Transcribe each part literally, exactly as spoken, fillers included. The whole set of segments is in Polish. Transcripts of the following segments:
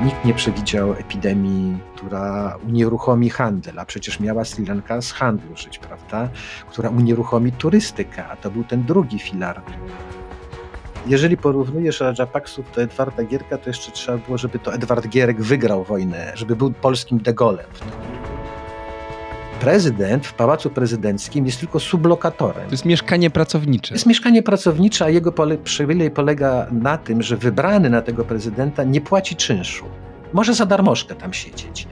Nikt nie przewidział epidemii, która unieruchomi handel, a przecież miała Sri Lanka z handlu żyć, prawda? Która unieruchomi turystykę, a to był ten drugi filar. Jeżeli porównujesz Rajapaksów do Edwarda Gierka, to jeszcze trzeba było, żeby to Edward Gierek wygrał wojnę, żeby był polskim de Gaulle'em. Prezydent w Pałacu Prezydenckim jest tylko sublokatorem. To jest mieszkanie pracownicze. To jest mieszkanie pracownicze, a jego pole- przywilej polega na tym, że wybrany na tego prezydenta nie płaci czynszu. Może za darmożkę tam siedzieć.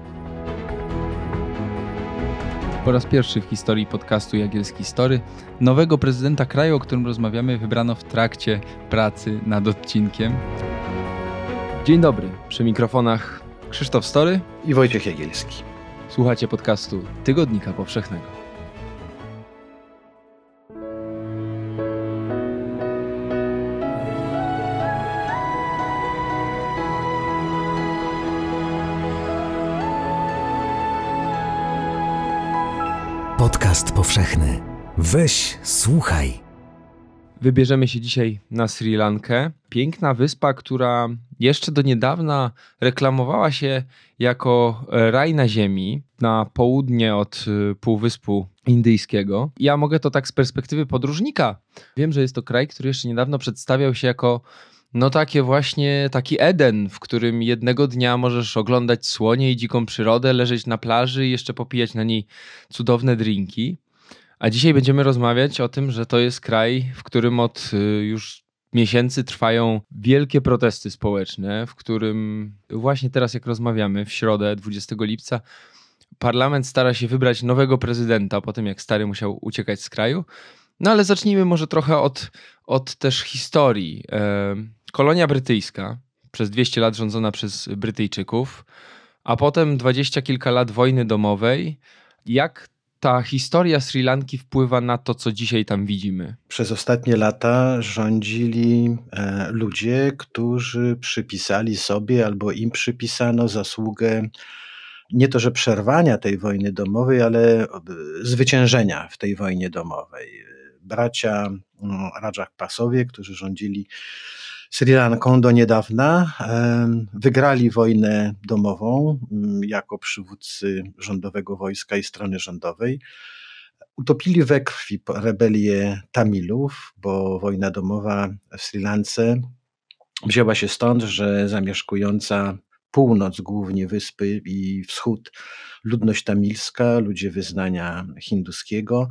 Po raz pierwszy w historii podcastu Jagielski Story nowego prezydenta kraju, o którym rozmawiamy, wybrano w trakcie pracy nad odcinkiem. Dzień dobry, przy mikrofonach Krzysztof Story i Wojciech Jagielski. Słuchacie podcastu Tygodnika Powszechnego. Podcast powszechny. Weź, słuchaj. Wybierzemy się dzisiaj na Sri Lankę. Piękna wyspa, która jeszcze do niedawna reklamowała się jako raj na ziemi na południe od Półwyspu Indyjskiego. Ja mogę to tak z perspektywy podróżnika. Wiem, że jest to kraj, który jeszcze niedawno przedstawiał się jako no takie właśnie taki Eden, w którym jednego dnia możesz oglądać słonie i dziką przyrodę, leżeć na plaży i jeszcze popijać na niej cudowne drinki. A dzisiaj będziemy rozmawiać o tym, że to jest kraj, w którym od już miesięcy trwają wielkie protesty społeczne, w którym właśnie teraz, jak rozmawiamy, w środę dwudziestego lipca, parlament stara się wybrać nowego prezydenta po tym, jak stary musiał uciekać z kraju. No ale zacznijmy może trochę od, od też historii. E, kolonia brytyjska, przez dwieście lat rządzona przez Brytyjczyków, a potem dwadzieścia kilka lat wojny domowej. Jak ta historia Sri Lanki wpływa na to, co dzisiaj tam widzimy? Przez ostatnie lata rządzili e, ludzie, którzy przypisali sobie albo im przypisano zasługę nie to, że przerwania tej wojny domowej, ale zwyciężenia w tej wojnie domowej. Bracia no, Rajapaksowie, którzy rządzili Sri Lanką do niedawna, wygrali wojnę domową jako przywódcy rządowego wojska i strony rządowej. Utopili we krwi rebelię Tamilów, bo wojna domowa w Sri Lance wzięła się stąd, że zamieszkująca północ głównie wyspy i wschód ludność tamilska, ludzie wyznania hinduskiego,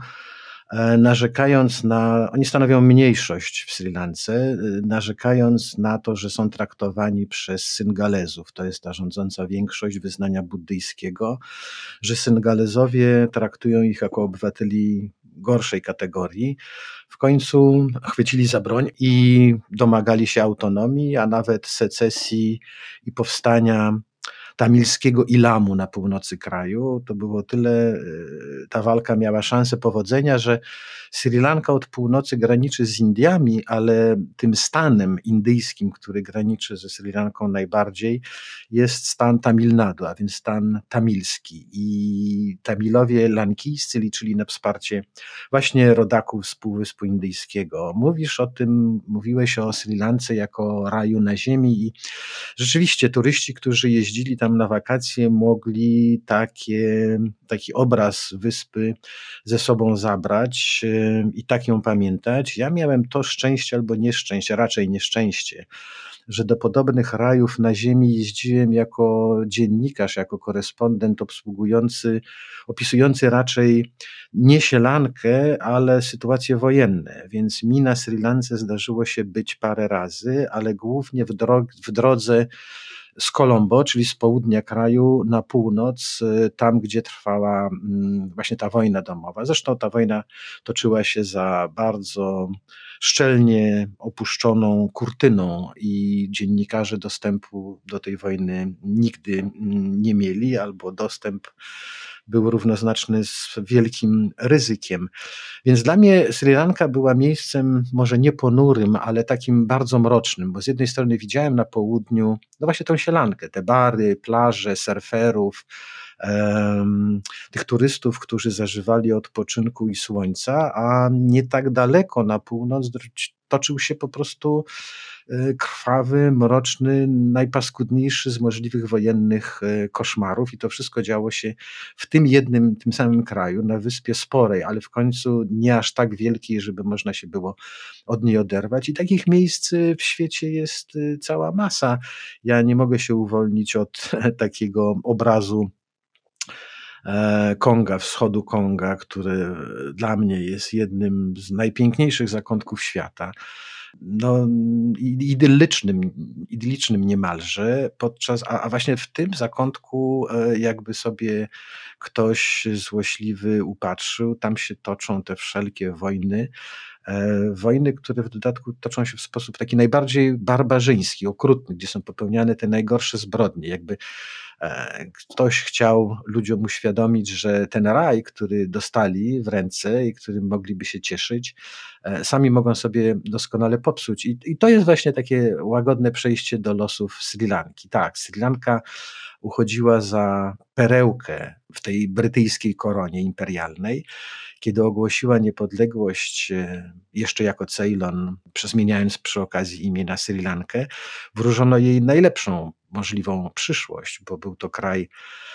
narzekając na, oni stanowią mniejszość w Sri Lance, narzekając na to, że są traktowani przez Syngalezów, to jest ta rządząca większość wyznania buddyjskiego, że Syngalezowie traktują ich jako obywateli gorszej kategorii. W końcu chwycili za broń i domagali się autonomii, a nawet secesji i powstania tamilskiego Ilamu na północy kraju. To było tyle, ta walka miała szansę powodzenia, że Sri Lanka od północy graniczy z Indiami, ale tym stanem indyjskim, który graniczy ze Sri Lanką najbardziej, jest stan Tamil Nadu, a więc stan tamilski. I Tamilowie lankijscy liczyli na wsparcie właśnie rodaków z Półwyspu Indyjskiego. Mówisz o tym, mówiłeś o Sri Lance jako raju na ziemi i rzeczywiście turyści, którzy jeździli tam na wakacje, mogli takie, taki obraz wyspy ze sobą zabrać i tak ją pamiętać. Ja miałem to szczęście albo nieszczęście, raczej nieszczęście, że do podobnych rajów na ziemi jeździłem jako dziennikarz, jako korespondent obsługujący, opisujący raczej nie sielankę, ale sytuacje wojenne, więc mi na Sri Lance zdarzyło się być parę razy, ale głównie w, drog- w drodze z Colombo, czyli z południa kraju na północ, tam gdzie trwała właśnie ta wojna domowa. Zresztą ta wojna toczyła się za bardzo szczelnie opuszczoną kurtyną i dziennikarze dostępu do tej wojny nigdy nie mieli, albo dostęp był równoznaczny z wielkim ryzykiem. Więc dla mnie Sri Lanka była miejscem może nie ponurym, ale takim bardzo mrocznym, bo z jednej strony widziałem na południu no właśnie tą sielankę, te bary, plaże, surferów, em, tych turystów, którzy zażywali odpoczynku i słońca, a nie tak daleko na północ dr- toczył się po prostu e, krwawy, mroczny, najpaskudniejszy z możliwych wojennych e, koszmarów i to wszystko działo się w tym jednym, tym samym kraju, na wyspie sporej, ale w końcu nie aż tak wielkiej, żeby można się było od niej oderwać. I takich miejsc y, w świecie jest y, cała masa. Ja nie mogę się uwolnić od takiego obrazu e, Konga, wschodu Konga, który dla mnie jest jednym z najpiękniejszych zakątków świata. No, i- idyllicznym, idyllicznym niemalże, podczas, a, a właśnie w tym zakątku e, jakby sobie ktoś złośliwy upatrzył, tam się toczą te wszelkie wojny, e, wojny, które w dodatku toczą się w sposób taki najbardziej barbarzyński, okrutny, gdzie są popełniane te najgorsze zbrodnie, jakby e, ktoś chciał ludziom uświadomić, że ten raj, który dostali w ręce i którym mogliby się cieszyć, e, sami mogą sobie doskonale popsuć. I, I to jest właśnie takie łagodne przejście do losów Sri Lanki. Tak, Sri Lanka uchodziła za perełkę w tej brytyjskiej koronie imperialnej. Kiedy ogłosiła niepodległość, e, jeszcze jako Ceylon, zmieniając przy okazji imię na Sri Lankę, wróżono jej najlepszą możliwą przyszłość, bo był to kraj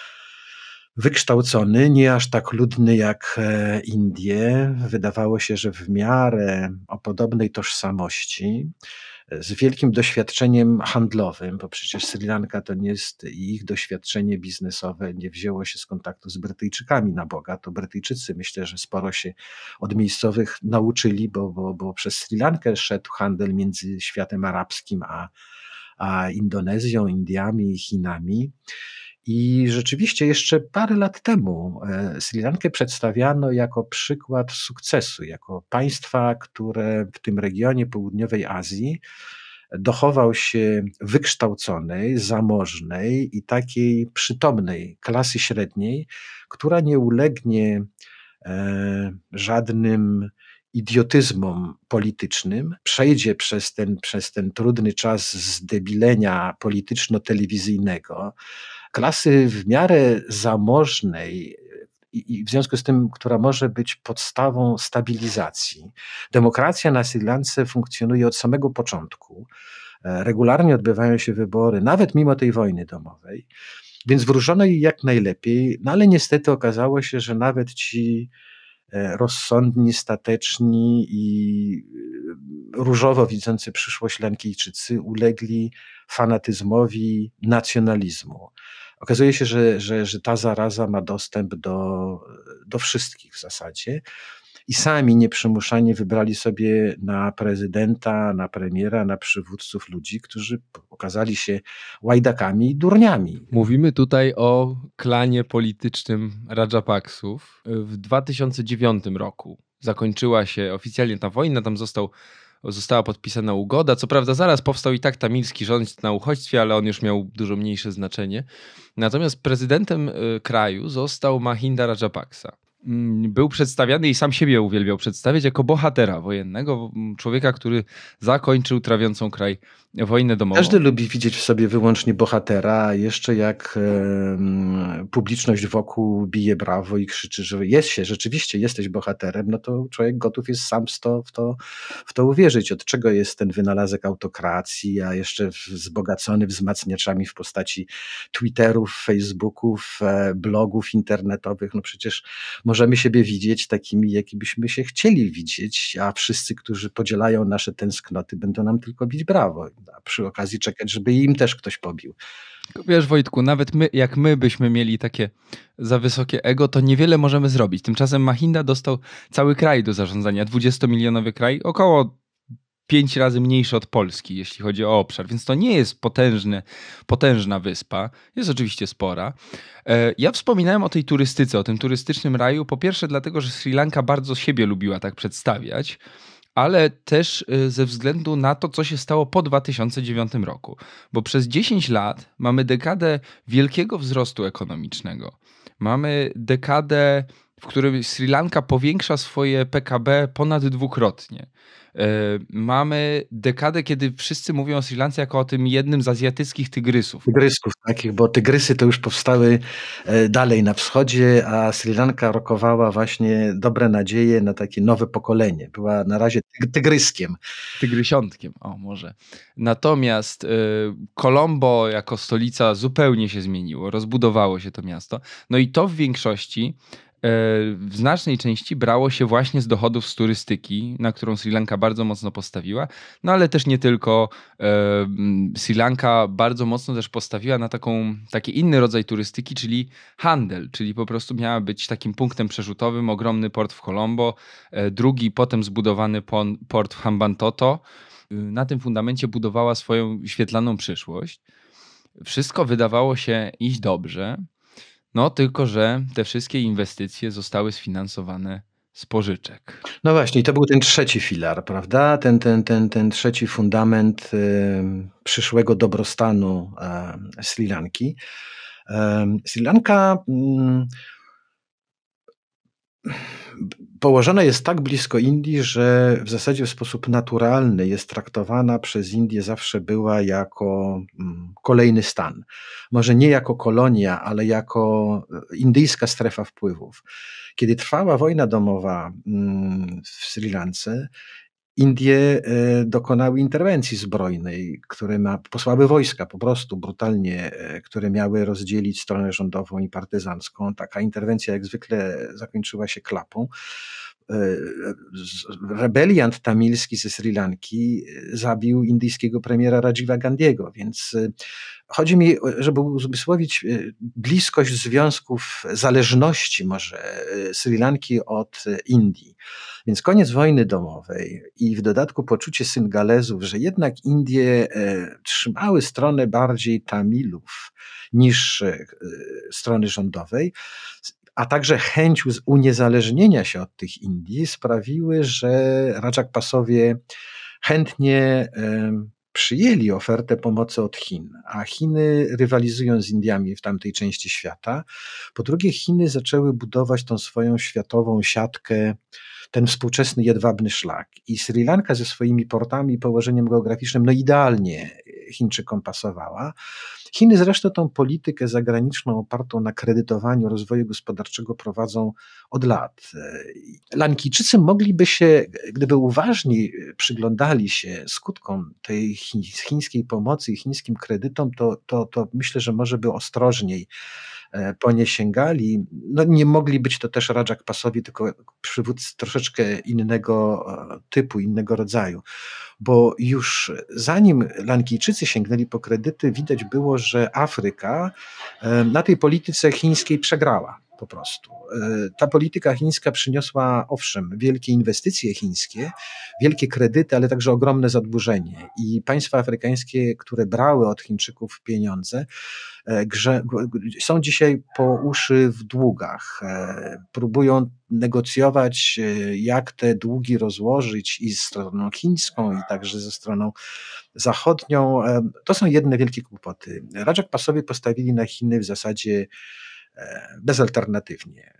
wykształcony, nie aż tak ludny jak e, Indie. Wydawało się, że w miarę o podobnej tożsamości, e, z wielkim doświadczeniem handlowym, bo przecież Sri Lanka to nie jest i ich doświadczenie biznesowe nie wzięło się z kontaktu z Brytyjczykami na Boga. To Brytyjczycy myślę, że sporo się od miejscowych nauczyli, bo, bo, bo przez Sri Lankę szedł handel między światem arabskim a, a Indonezją, Indiami i Chinami. I rzeczywiście jeszcze parę lat temu e, Sri Lankę przedstawiano jako przykład sukcesu, jako państwa, które w tym regionie południowej Azji dochował się wykształconej, zamożnej i takiej przytomnej klasy średniej, która nie ulegnie e, żadnym idiotyzmom politycznym, przejdzie przez ten, przez ten trudny czas zdebilenia polityczno-telewizyjnego, klasy w miarę zamożnej i, i w związku z tym, która może być podstawą stabilizacji. Demokracja na Sri Lance funkcjonuje od samego początku. E, Regularnie odbywają się wybory, nawet mimo tej wojny domowej, więc wróżono jej jak najlepiej, no ale niestety okazało się, że nawet ci e, rozsądni, stateczni i e, różowo widzący przyszłość Lankijczycy ulegli fanatyzmowi nacjonalizmu. Okazuje się, że, że, że ta zaraza ma dostęp do, do wszystkich w zasadzie i sami nieprzymuszanie wybrali sobie na prezydenta, na premiera, na przywódców ludzi, którzy okazali się łajdakami i durniami. Mówimy tutaj o klanie politycznym Rajapaksów. W dwa tysiące dziewiątym roku zakończyła się oficjalnie ta wojna, tam został, została podpisana ugoda. Co prawda zaraz powstał i tak tamilski rząd na uchodźstwie, ale on już miał dużo mniejsze znaczenie. Natomiast prezydentem y, kraju został Mahinda Rajapaksa. Mm, Był przedstawiany i sam siebie uwielbiał przedstawiać jako bohatera wojennego, m, człowieka, który zakończył trawiącą kraj wojnę domową. Każdy lubi widzieć w sobie wyłącznie bohatera, a jeszcze jak em, publiczność wokół bije brawo i krzyczy, że jest się, rzeczywiście jesteś bohaterem, no to człowiek gotów jest sam w to, w to, w to uwierzyć. Od czego jest ten wynalazek autokracji, a jeszcze wzbogacony wzmacniaczami w postaci Twitterów, Facebooków, e, blogów internetowych. No przecież możemy siebie widzieć takimi, jakimiśmy się chcieli widzieć, a wszyscy, którzy podzielają nasze tęsknoty, będą nam tylko bić brawo, a przy okazji czekać, żeby im też ktoś pobił. Wiesz, Wojtku, nawet my, jak my byśmy mieli takie za wysokie ego, to niewiele możemy zrobić. Tymczasem Mahinda dostał cały kraj do zarządzania, dwudziestomilionowy kraj, około pięć razy mniejszy od Polski, jeśli chodzi o obszar, więc to nie jest potężne, potężna wyspa, jest oczywiście spora. E, Ja wspominałem o tej turystyce, o tym turystycznym raju, po pierwsze dlatego, że Sri Lanka bardzo siebie lubiła tak przedstawiać, ale też y, ze względu na to, co się stało po dwa tysiące dziewiątym roku. Bo przez dziesięć lat mamy dekadę wielkiego wzrostu ekonomicznego. Mamy dekadę w którym Sri Lanka powiększa swoje P K B ponad dwukrotnie. Mamy dekadę, kiedy wszyscy mówią o Sri Lance jako o tym jednym z azjatyckich tygrysów. Tygrysków takich, bo tygrysy to już powstały dalej na wschodzie, a Sri Lanka rokowała właśnie dobre nadzieje na takie nowe pokolenie. Była na razie tygryskiem. Tygrysiątkiem, o może. Natomiast Colombo jako stolica zupełnie się zmieniło, rozbudowało się to miasto. No i to w większości w znacznej części brało się właśnie z dochodów z turystyki, na którą Sri Lanka bardzo mocno postawiła, no ale też nie tylko. Sri Lanka bardzo mocno też postawiła na taką, taki inny rodzaj turystyki, czyli handel, czyli po prostu miała być takim punktem przerzutowym ogromny port w Colombo, drugi potem zbudowany port w Hambantota. Na tym fundamencie budowała swoją świetlaną przyszłość. Wszystko wydawało się iść dobrze. No tylko, że te wszystkie inwestycje zostały sfinansowane z pożyczek. No właśnie, to był ten trzeci filar, prawda? Ten, ten, ten, ten trzeci fundament y, przyszłego dobrostanu y, Sri Lanki. Y, Sri Lanka y, położona jest tak blisko Indii, że w zasadzie w sposób naturalny jest traktowana przez Indię, zawsze była jako kolejny stan. Może nie jako kolonia, ale jako indyjska strefa wpływów. Kiedy trwała wojna domowa w Sri Lance, Indie dokonały interwencji zbrojnej, które ma, posłały wojska po prostu brutalnie, które miały rozdzielić stronę rządową i partyzancką. Taka interwencja jak zwykle zakończyła się klapą. Rebeliant tamilski ze Sri Lanki zabił indyjskiego premiera Rajiva Gandhiego, więc chodzi mi, żeby uzmysłowić bliskość związków, zależności może Sri Lanki od Indii. Więc koniec wojny domowej i w dodatku poczucie Syngalezów, że jednak Indie trzymały stronę bardziej Tamilów niż strony rządowej, a także chęć uniezależnienia się od tych Indii sprawiły, że Rajakpasowie chętnie przyjęli ofertę pomocy od Chin, a Chiny rywalizują z Indiami w tamtej części świata. Po drugie, Chiny zaczęły budować tą swoją światową siatkę, ten współczesny jedwabny szlak. I Sri Lanka ze swoimi portami i położeniem geograficznym no idealnie Chińczykom pasowała. Chiny zresztą tą politykę zagraniczną opartą na kredytowaniu rozwoju gospodarczego prowadzą od lat. Lankijczycy mogliby się, gdyby uważniej przyglądali się skutkom tej chińskiej pomocy i chińskim kredytom, to, to, to myślę, że może by ostrożniej po nie sięgali. No nie mogli być to też Rajakpasowi, tylko przywódcy troszeczkę innego typu, innego rodzaju. Bo już zanim Lankijczycy sięgnęli po kredyty, widać było, że Afryka na tej polityce chińskiej przegrała po prostu. Ta polityka chińska przyniosła, owszem, wielkie inwestycje chińskie, wielkie kredyty, ale także ogromne zadłużenie. I państwa afrykańskie, które brały od Chińczyków pieniądze, grze, są dzisiaj po uszy w długach. Próbują negocjować, jak te długi rozłożyć i z stroną chińską, i także ze stroną zachodnią. To są jedne wielkie kłopoty. Rajakpasowie postawili na Chiny w zasadzie bezalternatywnie.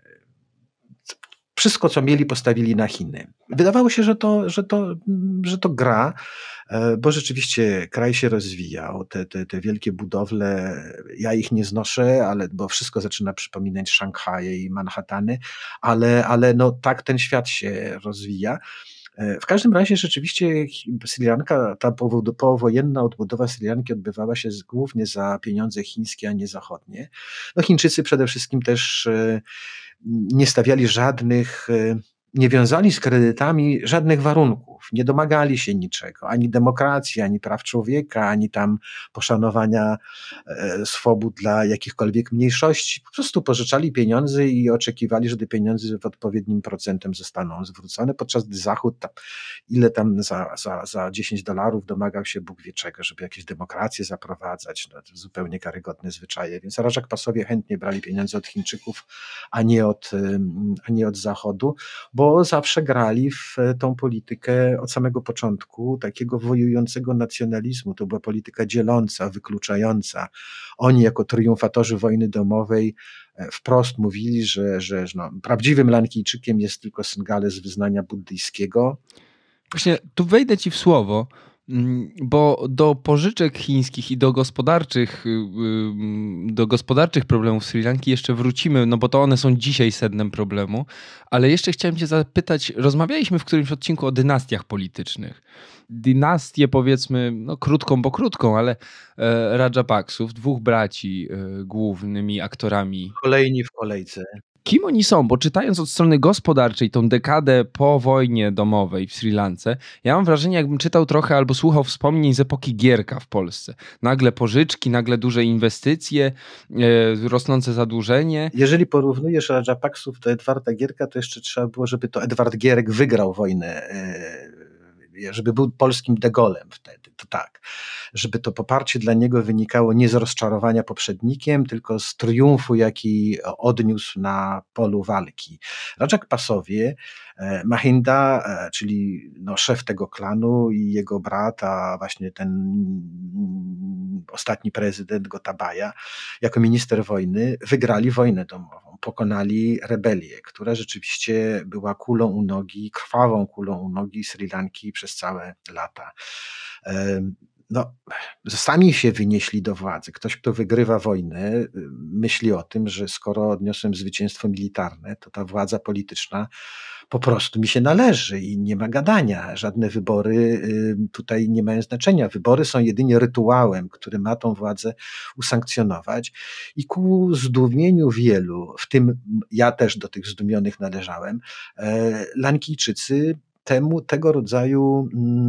Wszystko, co mieli, postawili na Chiny. Wydawało się, że to, że to, że to gra, bo rzeczywiście kraj się rozwijał. Te, te, te wielkie budowle, ja ich nie znoszę, ale, bo wszystko zaczyna przypominać Szanghaje i Manhattany, ale, ale no, tak ten świat się rozwija. W każdym razie rzeczywiście Sri Lanka, ta powojenna odbudowa Sri Lanki odbywała się głównie za pieniądze chińskie, a nie zachodnie. No Chińczycy przede wszystkim też nie stawiali żadnych, nie wiązali z kredytami żadnych warunków, nie domagali się niczego, ani demokracji, ani praw człowieka, ani tam poszanowania swobód dla jakichkolwiek mniejszości. Po prostu pożyczali pieniądze i oczekiwali, że te pieniądze w odpowiednim procentem zostaną zwrócone, podczas gdy Zachód tam, ile tam za, za, za dziesięć dolarów domagał się Bóg wie czego, żeby jakieś demokracje zaprowadzać, no, to zupełnie karygodne zwyczaje. Więc Rajakpasowie chętnie brali pieniądze od Chińczyków, a nie od, a nie od Zachodu, bo zawsze grali w tą politykę od samego początku takiego wojującego nacjonalizmu. To była polityka dzieląca, wykluczająca. Oni jako triumfatorzy wojny domowej wprost mówili, że, że no, prawdziwym Lankijczykiem jest tylko Syngale z wyznania buddyjskiego. Właśnie tu wejdę ci w słowo, bo do pożyczek chińskich i do gospodarczych, do gospodarczych problemów Sri Lanki jeszcze wrócimy, no bo to one są dzisiaj sednem problemu, ale jeszcze chciałem cię zapytać, rozmawialiśmy w którymś odcinku o dynastiach politycznych. Dynastię powiedzmy, no krótką, bo krótką, ale e, Rajapaksów, dwóch braci e, głównymi aktorami. Kolejni w kolejce. Kim oni są? Bo czytając od strony gospodarczej tą dekadę po wojnie domowej w Sri Lance, ja mam wrażenie, jakbym czytał trochę albo słuchał wspomnień z epoki Gierka w Polsce. Nagle pożyczki, nagle duże inwestycje, e, rosnące zadłużenie. Jeżeli porównujesz Rajapaksów do Edwarda Gierka, to jeszcze trzeba było, żeby to Edward Gierek wygrał wojnę, e, żeby był polskim de Gaulle'em wtedy, to tak. Żeby to poparcie dla niego wynikało nie z rozczarowania poprzednikiem, tylko z triumfu, jaki odniósł na polu walki. Rajapaksowie, Mahinda, czyli no szef tego klanu i jego brat, a właśnie ten ostatni prezydent Gotabaya, jako minister wojny, wygrali wojnę domową, pokonali rebelię, która rzeczywiście była kulą u nogi, krwawą kulą u nogi Sri Lanki przez całe lata. No, sami się wynieśli do władzy. Ktoś, kto wygrywa wojnę, myśli o tym, że skoro odniosłem zwycięstwo militarne, to ta władza polityczna po prostu mi się należy i nie ma gadania. Żadne wybory tutaj nie mają znaczenia. Wybory są jedynie rytuałem, który ma tą władzę usankcjonować. I ku zdumieniu wielu, w tym ja też do tych zdumionych należałem, Lankijczycy temu, tego rodzaju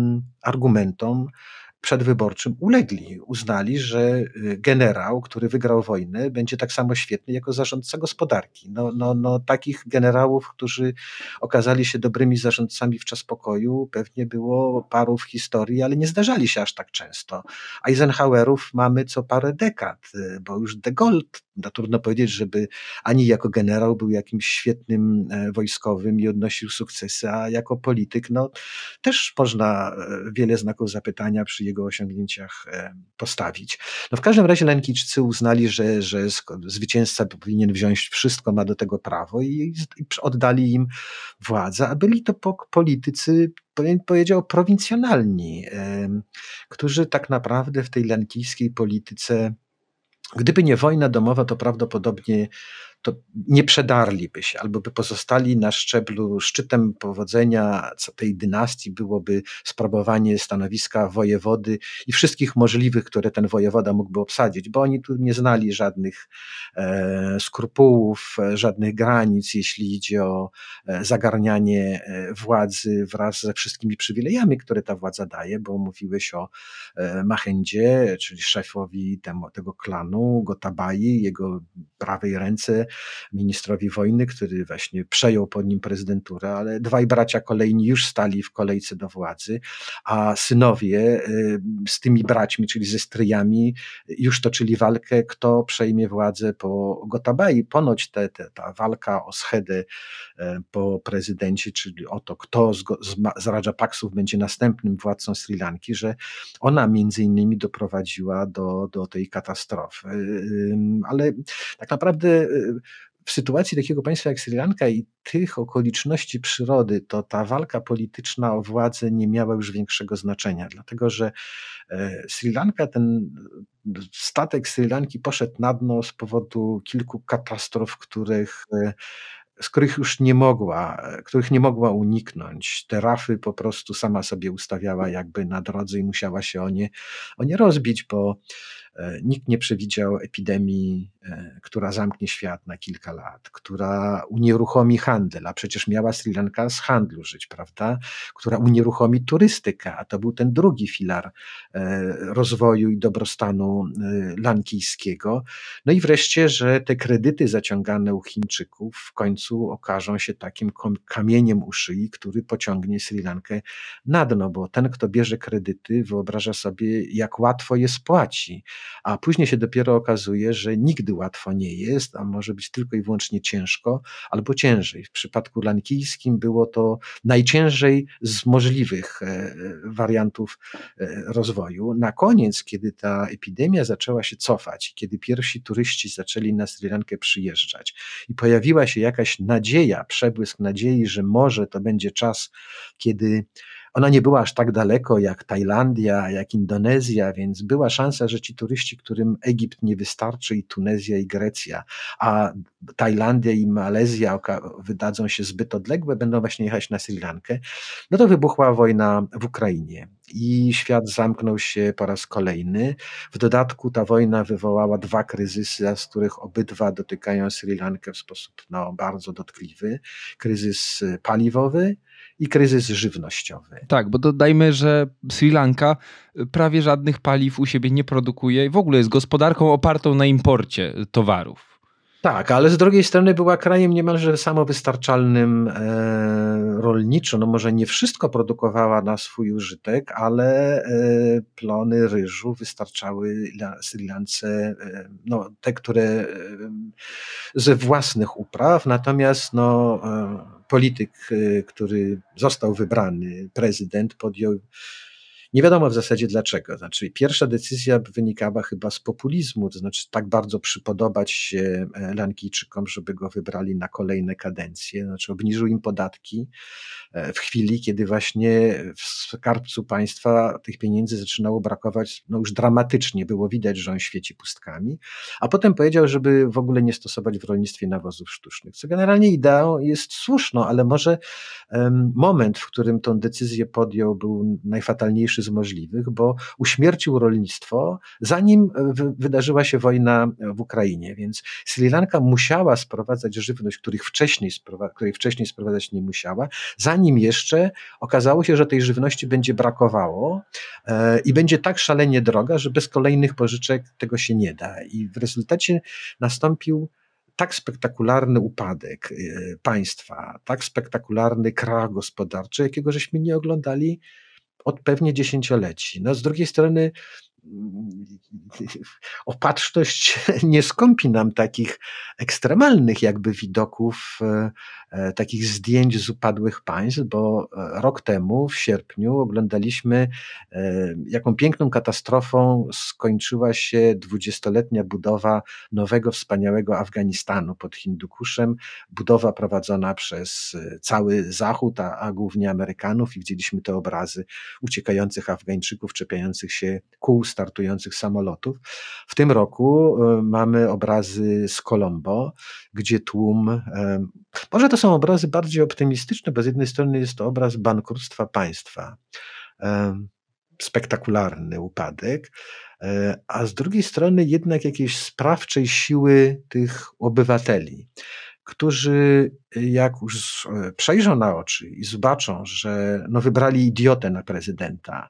argumentom przedwyborczym ulegli. Uznali, że generał, który wygrał wojnę, będzie tak samo świetny jako zarządca gospodarki. No, no, no, takich generałów, którzy okazali się dobrymi zarządcami w czas pokoju, pewnie było paru w historii, ale nie zdarzali się aż tak często. Eisenhowerów mamy co parę dekad, bo już de Gaulle, no, trudno powiedzieć, żeby ani jako generał był jakimś świetnym wojskowym i odnosił sukcesy, a jako polityk, no też można wiele znaków zapytania przy jego osiągnięciach postawić. No w każdym razie Lankijczycy uznali, że, że zwycięzca powinien wziąć wszystko, ma do tego prawo i, i oddali im władzę, a byli to politycy, powiedział, prowincjonalni, którzy tak naprawdę w tej lankijskiej polityce, gdyby nie wojna domowa, to prawdopodobnie to nie przedarliby się, albo by pozostali na szczeblu. Szczytem powodzenia tej dynastii byłoby sprawowanie stanowiska wojewody i wszystkich możliwych, które ten wojewoda mógłby obsadzić, bo oni tu nie znali żadnych e, skrupułów, żadnych granic, jeśli idzie o e, zagarnianie e, władzy wraz ze wszystkimi przywilejami, które ta władza daje, bo mówiłeś o e, Mahindzie, czyli szefowi temu, tego klanu, Gotabai, jego prawej ręce, ministrowi wojny, który właśnie przejął pod nim prezydenturę, ale dwaj bracia kolejni już stali w kolejce do władzy, a synowie z tymi braćmi, czyli ze stryjami, już toczyli walkę, kto przejmie władzę po Gotabai. Ponoć te, te, ta walka o schedę po prezydencie, czyli o to, kto z, z, z Rajapaksów będzie następnym władcą Sri Lanki, że ona między innymi doprowadziła do, do tej katastrofy. Ale tak naprawdę w sytuacji takiego państwa jak Sri Lanka i tych okoliczności przyrody, to ta walka polityczna o władzę nie miała już większego znaczenia, dlatego że Sri Lanka, ten statek Sri Lanki poszedł na dno z powodu kilku katastrof, których z których już nie mogła, których nie mogła uniknąć. Te rafy po prostu sama sobie ustawiała jakby na drodze i musiała się o nie, o nie rozbić, bo nikt nie przewidział epidemii, która zamknie świat na kilka lat, która unieruchomi handel, a przecież miała Sri Lanka z handlu żyć, prawda? Która unieruchomi turystykę, a to był ten drugi filar rozwoju i dobrostanu lankijskiego. No i wreszcie, że te kredyty zaciągane u Chińczyków w końcu okażą się takim kamieniem u szyi, który pociągnie Sri Lankę na dno, bo ten, kto bierze kredyty, wyobraża sobie, jak łatwo je spłaci. a później się dopiero okazuje, że nigdy łatwo nie jest, a może być tylko i wyłącznie ciężko albo ciężej. W przypadku lankijskim było to najciężej z możliwych e, wariantów e, rozwoju. Na koniec, kiedy ta epidemia zaczęła się cofać, kiedy pierwsi turyści zaczęli na Sri Lankę przyjeżdżać i pojawiła się jakaś nadzieja, przebłysk nadziei, że może to będzie czas, kiedy ona nie była aż tak daleko jak Tajlandia, jak Indonezja, więc była szansa, że ci turyści, którym Egipt nie wystarczy, i Tunezja, i Grecja, a Tajlandia i Malezja wydadzą się zbyt odległe, będą właśnie jechać na Sri Lankę. No to wybuchła wojna w Ukrainie i świat zamknął się po raz kolejny. W dodatku ta wojna wywołała dwa kryzysy, z których obydwa dotykają Sri Lankę w sposób no, bardzo dotkliwy. Kryzys paliwowy i kryzys żywnościowy. Tak, bo dodajmy, że Sri Lanka prawie żadnych paliw u siebie nie produkuje i w ogóle jest gospodarką opartą na imporcie towarów. Tak, ale z drugiej strony była krajem niemalże samowystarczalnym e, rolniczo. No może nie wszystko produkowała na swój użytek, ale e, plony ryżu wystarczały dla Sri Lance, e, no, te, które e, ze własnych upraw. Natomiast no, e, polityk, e, który został wybrany, prezydent, podjął nie wiadomo w zasadzie dlaczego. Znaczy, pierwsza decyzja wynikała chyba z populizmu, to znaczy tak bardzo przypodobać się Lankijczykom, żeby go wybrali na kolejne kadencje. Znaczy, obniżył im podatki w chwili, kiedy właśnie w skarbcu państwa tych pieniędzy zaczynało brakować no już dramatycznie. Było widać, że on świeci pustkami. A potem powiedział, żeby w ogóle nie stosować w rolnictwie nawozów sztucznych, co generalnie ideą jest słuszną, ale może um, moment, w którym tą decyzję podjął, był najfatalniejszy z możliwych, bo uśmiercił rolnictwo, zanim wydarzyła się wojna w Ukrainie, więc Sri Lanka musiała sprowadzać żywność, których wcześniej której wcześniej sprowadzać nie musiała, zanim jeszcze okazało się, że tej żywności będzie brakowało e, i będzie tak szalenie droga, że bez kolejnych pożyczek tego się nie da. I w rezultacie nastąpił tak spektakularny upadek państwa, tak spektakularny krach gospodarczy, jakiego żeśmy nie oglądali od pewnie dziesięcioleci. No z drugiej strony opatrzność nie skąpi nam takich ekstremalnych jakby widoków, e, takich zdjęć z upadłych państw, bo rok temu w sierpniu oglądaliśmy, e, jaką piękną katastrofą skończyła się dwudziestoletnia budowa nowego, wspaniałego Afganistanu pod Hindukuszem, budowa prowadzona przez cały Zachód, a, a głównie Amerykanów, i widzieliśmy te obrazy uciekających Afgańczyków, czepiających się kół startujących samolotów. W tym roku mamy obrazy z Colombo, gdzie tłum, może to są obrazy bardziej optymistyczne, bo z jednej strony jest to obraz bankructwa państwa, spektakularny upadek, a z drugiej strony jednak jakiejś sprawczej siły tych obywateli, którzy jak już przejrzą na oczy i zobaczą, że no wybrali idiotę na prezydenta,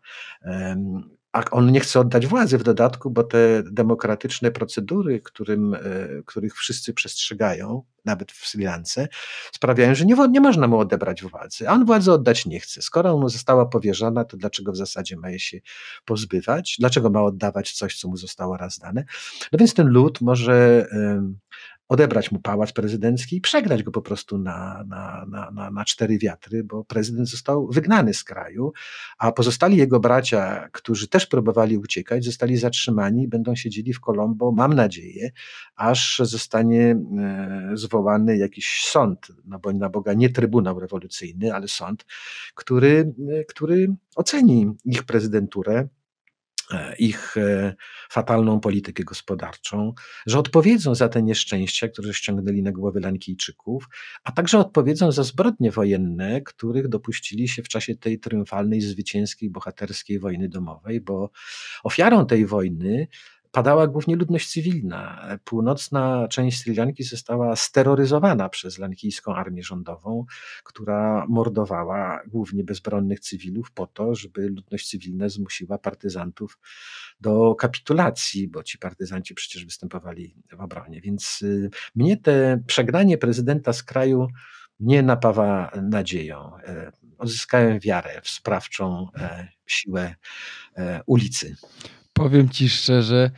a on nie chce oddać władzy w dodatku, bo te demokratyczne procedury, którym, których wszyscy przestrzegają, nawet w Sri Lance, sprawiają, że nie, nie można mu odebrać władzy, a on władzy oddać nie chce. Skoro mu została powierzona, to dlaczego w zasadzie ma jej się pozbywać? Dlaczego ma oddawać coś, co mu zostało raz dane? No więc ten lud może um, odebrać mu pałac prezydencki i przegrać go po prostu na, na, na, na, na cztery wiatry, bo prezydent został wygnany z kraju, a pozostali jego bracia, którzy też próbowali uciekać, zostali zatrzymani i będą siedzieli w Colombo, mam nadzieję, aż zostanie zwołany jakiś sąd, no bo na Boga nie trybunał rewolucyjny, ale sąd, który, który oceni ich prezydenturę, ich fatalną politykę gospodarczą, że odpowiedzą za te nieszczęścia, które ściągnęli na głowy Lankijczyków, a także odpowiedzą za zbrodnie wojenne, których dopuścili się w czasie tej triumfalnej, zwycięskiej, bohaterskiej wojny domowej, bo ofiarą tej wojny padała głównie ludność cywilna. Północna część Sri Lanki została steroryzowana przez lankijską armię rządową, która mordowała głównie bezbronnych cywilów po to, żeby ludność cywilna zmusiła partyzantów do kapitulacji, bo ci partyzanci przecież występowali w obronie. Więc y, mnie te przegranie prezydenta z kraju nie napawa nadzieją. E, odzyskałem wiarę w sprawczą e, siłę e, ulicy. Powiem ci szczerze,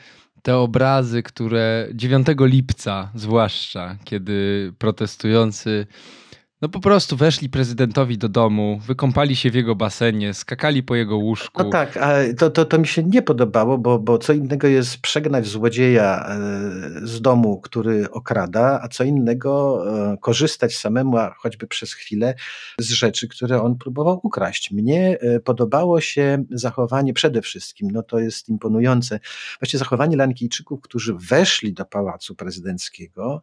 Te obrazy, które dziewiątego lipca zwłaszcza, kiedy protestujący no po prostu weszli prezydentowi do domu, wykąpali się w jego basenie, skakali po jego łóżku. No tak, a to, to, to mi się nie podobało, bo, bo co innego jest przegnać złodzieja e, z domu, który okrada, a co innego e, korzystać samemu, a choćby przez chwilę, z rzeczy, które on próbował ukraść. Mnie e, podobało się zachowanie przede wszystkim, no to jest imponujące, właśnie zachowanie Lankijczyków, którzy weszli do Pałacu Prezydenckiego,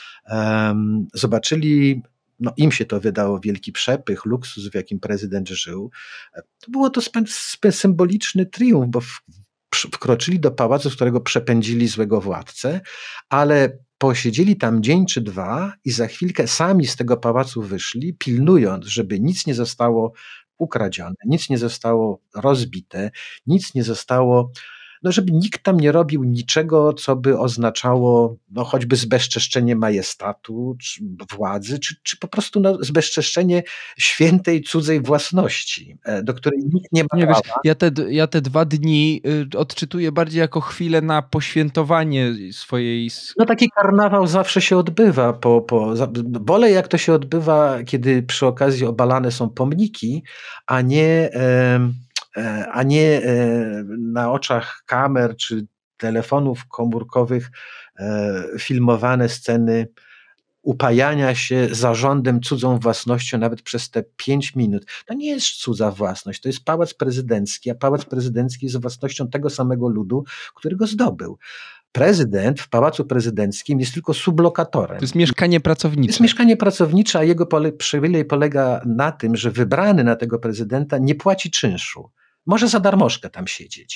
em, zobaczyli. No, im się to wydało wielki przepych, luksus, w jakim prezydent żył. To było to spe, spe, symboliczny triumf, bo w, wkroczyli do pałacu, z którego przepędzili złego władcę, ale posiedzieli tam dzień czy dwa i za chwilkę sami z tego pałacu wyszli, pilnując, żeby nic nie zostało ukradzione, nic nie zostało rozbite, nic nie zostało, no żeby nikt tam nie robił niczego, co by oznaczało no choćby zbezczeszczenie majestatu, czy władzy, czy, czy po prostu no, zbezczeszczenie świętej cudzej własności, do której nikt nie ma Nie prawa. wiesz, ja te, ja te dwa dni y, odczytuję bardziej jako chwilę na poświętowanie swojej... No taki karnawał zawsze się odbywa. Po, po, wolę jak to się odbywa, kiedy przy okazji obalane są pomniki, a nie... E, a nie na oczach kamer czy telefonów komórkowych filmowane sceny upajania się zarządem cudzą własnością nawet przez te pięć minut. To nie jest cudza własność, to jest pałac prezydencki, a pałac prezydencki jest własnością tego samego ludu, który go zdobył. Prezydent w pałacu prezydenckim jest tylko sublokatorem. To jest mieszkanie pracownicze. To jest mieszkanie pracownicze, a jego pole, przywilej polega na tym, że wybrany na tego prezydenta nie płaci czynszu. Może za darmożkę tam siedzieć.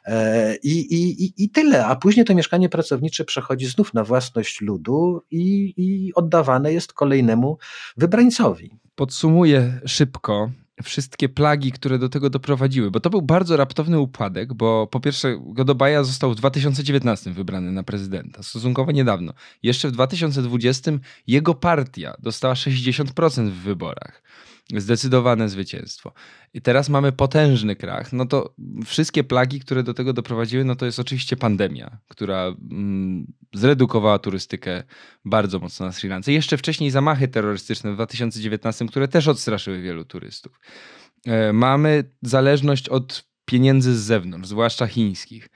I, i, i tyle. A później to mieszkanie pracownicze przechodzi znów na własność ludu i, i oddawane jest kolejnemu wybrańcowi. Podsumuję szybko wszystkie plagi, które do tego doprowadziły, bo to był bardzo raptowny upadek, bo po pierwsze Godobaja został w dwa tysiące dziewiętnastym wybrany na prezydenta, stosunkowo niedawno. Jeszcze w dwa tysiące dwudziestym jego partia dostała sześćdziesiąt procent w wyborach. Zdecydowane zwycięstwo. I teraz mamy potężny krach. No to wszystkie plagi, które do tego doprowadziły, no to jest oczywiście pandemia, która mm, zredukowała turystykę bardzo mocno na Sri Lance. Jeszcze wcześniej zamachy terrorystyczne w dwa tysiące dziewiętnastym, które też odstraszyły wielu turystów. E, mamy zależność od pieniędzy z zewnątrz, zwłaszcza chińskich.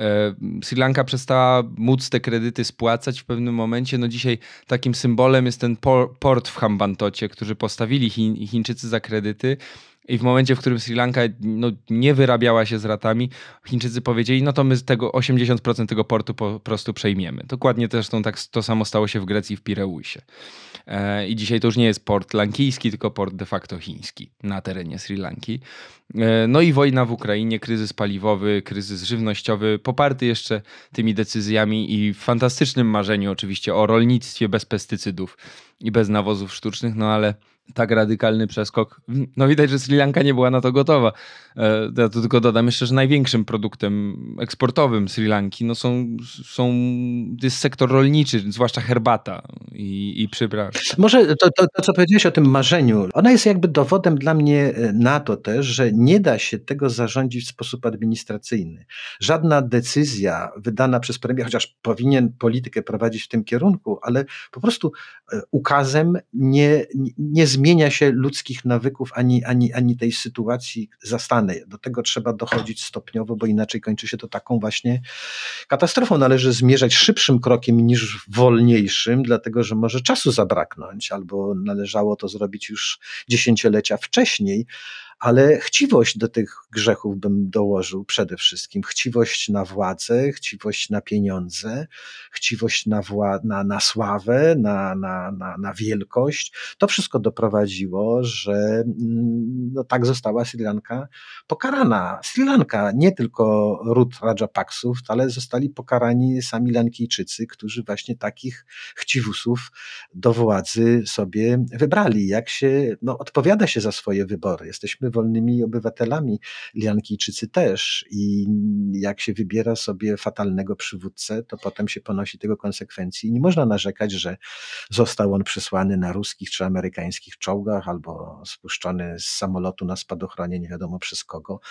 Sri Lanka przestała móc te kredyty spłacać w pewnym momencie. No dzisiaj takim symbolem jest ten port w Hambantotcie, który postawili Chiń, Chińczycy za kredyty. I w momencie, w którym Sri Lanka no, nie wyrabiała się z ratami, Chińczycy powiedzieli, no to my z tego osiemdziesiąt procent tego portu po prostu przejmiemy. Dokładnie zresztą tak to samo stało się w Grecji w Pireusie. E, I dzisiaj to już nie jest port lankijski, tylko port de facto chiński na terenie Sri Lanki. E, no i wojna w Ukrainie, kryzys paliwowy, kryzys żywnościowy, poparty jeszcze tymi decyzjami i w fantastycznym marzeniu oczywiście o rolnictwie bez pestycydów i bez nawozów sztucznych, no ale tak radykalny przeskok, no widać, że Sri Lanka nie była na to gotowa. Ja tu tylko dodam jeszcze, że największym produktem eksportowym Sri Lanki no są, są, jest sektor rolniczy, zwłaszcza herbata i, i przyprawy. Może to, to, to, co powiedziałeś o tym marzeniu, ona jest jakby dowodem dla mnie na to też, że nie da się tego zarządzić w sposób administracyjny. Żadna decyzja wydana przez premiera, chociaż powinien politykę prowadzić w tym kierunku, ale po prostu ukazem nie, nie zmienia się ludzkich nawyków ani, ani, ani tej sytuacji zastanej. Do tego trzeba dochodzić stopniowo, bo inaczej kończy się to taką właśnie katastrofą. Należy zmierzać szybszym krokiem niż wolniejszym, dlatego że może czasu zabraknąć, albo należało to zrobić już dziesięciolecia wcześniej. Ale chciwość do tych grzechów bym dołożył przede wszystkim. Chciwość na władzę, chciwość na pieniądze, chciwość na, wła- na, na sławę, na, na, na, na wielkość. To wszystko doprowadziło, że no, tak została Sri Lanka pokarana. Sri Lanka, nie tylko ród Rajapaksów, ale zostali pokarani sami Lankijczycy, którzy właśnie takich chciwusów do władzy sobie wybrali. Jak się, no, odpowiada się za swoje wybory. Jesteśmy byli wolnymi obywatelami, Lankijczycy też. I jak się wybiera sobie fatalnego przywódcę, to potem się ponosi tego konsekwencji. I nie można narzekać, że został on przysłany na ruskich czy amerykańskich czołgach albo spuszczony z samolotu na spadochronie, nie wiadomo przez kogo.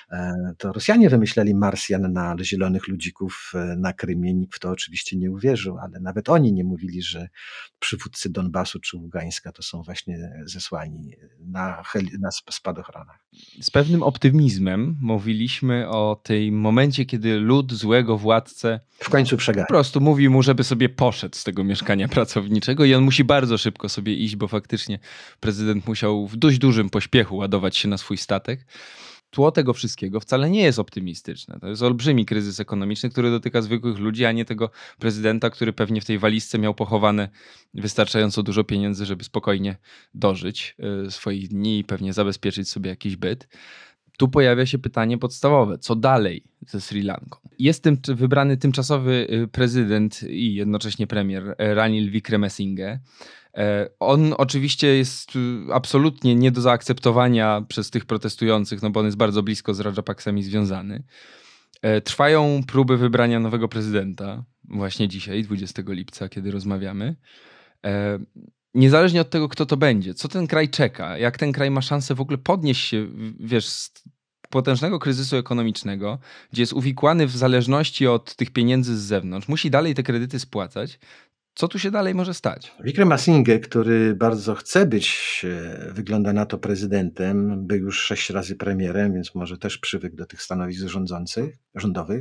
To Rosjanie wymyśleli Marsjan na zielonych ludzików na Krymie. Nikt w to oczywiście nie uwierzył, ale nawet oni nie mówili, że przywódcy Donbasu czy Ługańska to są właśnie zesłani na, heli- na sp- spadochronach. Z pewnym optymizmem mówiliśmy o tej momencie, kiedy lud złego władcę W końcu po przegania. prostu mówi mu, żeby sobie poszedł z tego mieszkania pracowniczego i on musi bardzo szybko sobie iść, bo faktycznie prezydent musiał w dość dużym pośpiechu ładować się na swój statek. Tło tego wszystkiego wcale nie jest optymistyczne. To jest olbrzymi kryzys ekonomiczny, który dotyka zwykłych ludzi, a nie tego prezydenta, który pewnie w tej walizce miał pochowane wystarczająco dużo pieniędzy, żeby spokojnie dożyć y, swoich dni i pewnie zabezpieczyć sobie jakiś byt. Tu pojawia się pytanie podstawowe. Co dalej ze Sri Lanką? Jest tym wybrany tymczasowy y, prezydent i jednocześnie premier e, Ranil Wickremesinghe. E, On oczywiście jest y, absolutnie nie do zaakceptowania przez tych protestujących, no bo on jest bardzo blisko z Rajapaksami związany. E, Trwają próby wybrania nowego prezydenta. Właśnie dzisiaj, dwudziestego lipca, kiedy rozmawiamy. E, Niezależnie od tego, kto to będzie, co ten kraj czeka, jak ten kraj ma szansę w ogóle podnieść się, wiesz, z potężnego kryzysu ekonomicznego, gdzie jest uwikłany w zależności od tych pieniędzy z zewnątrz, musi dalej te kredyty spłacać. Co tu się dalej może stać? Wickremesinghe, który bardzo chce być, e, wygląda na to, prezydentem, był już sześć razy premierem, więc może też przywykł do tych stanowisk rządzących, rządowych,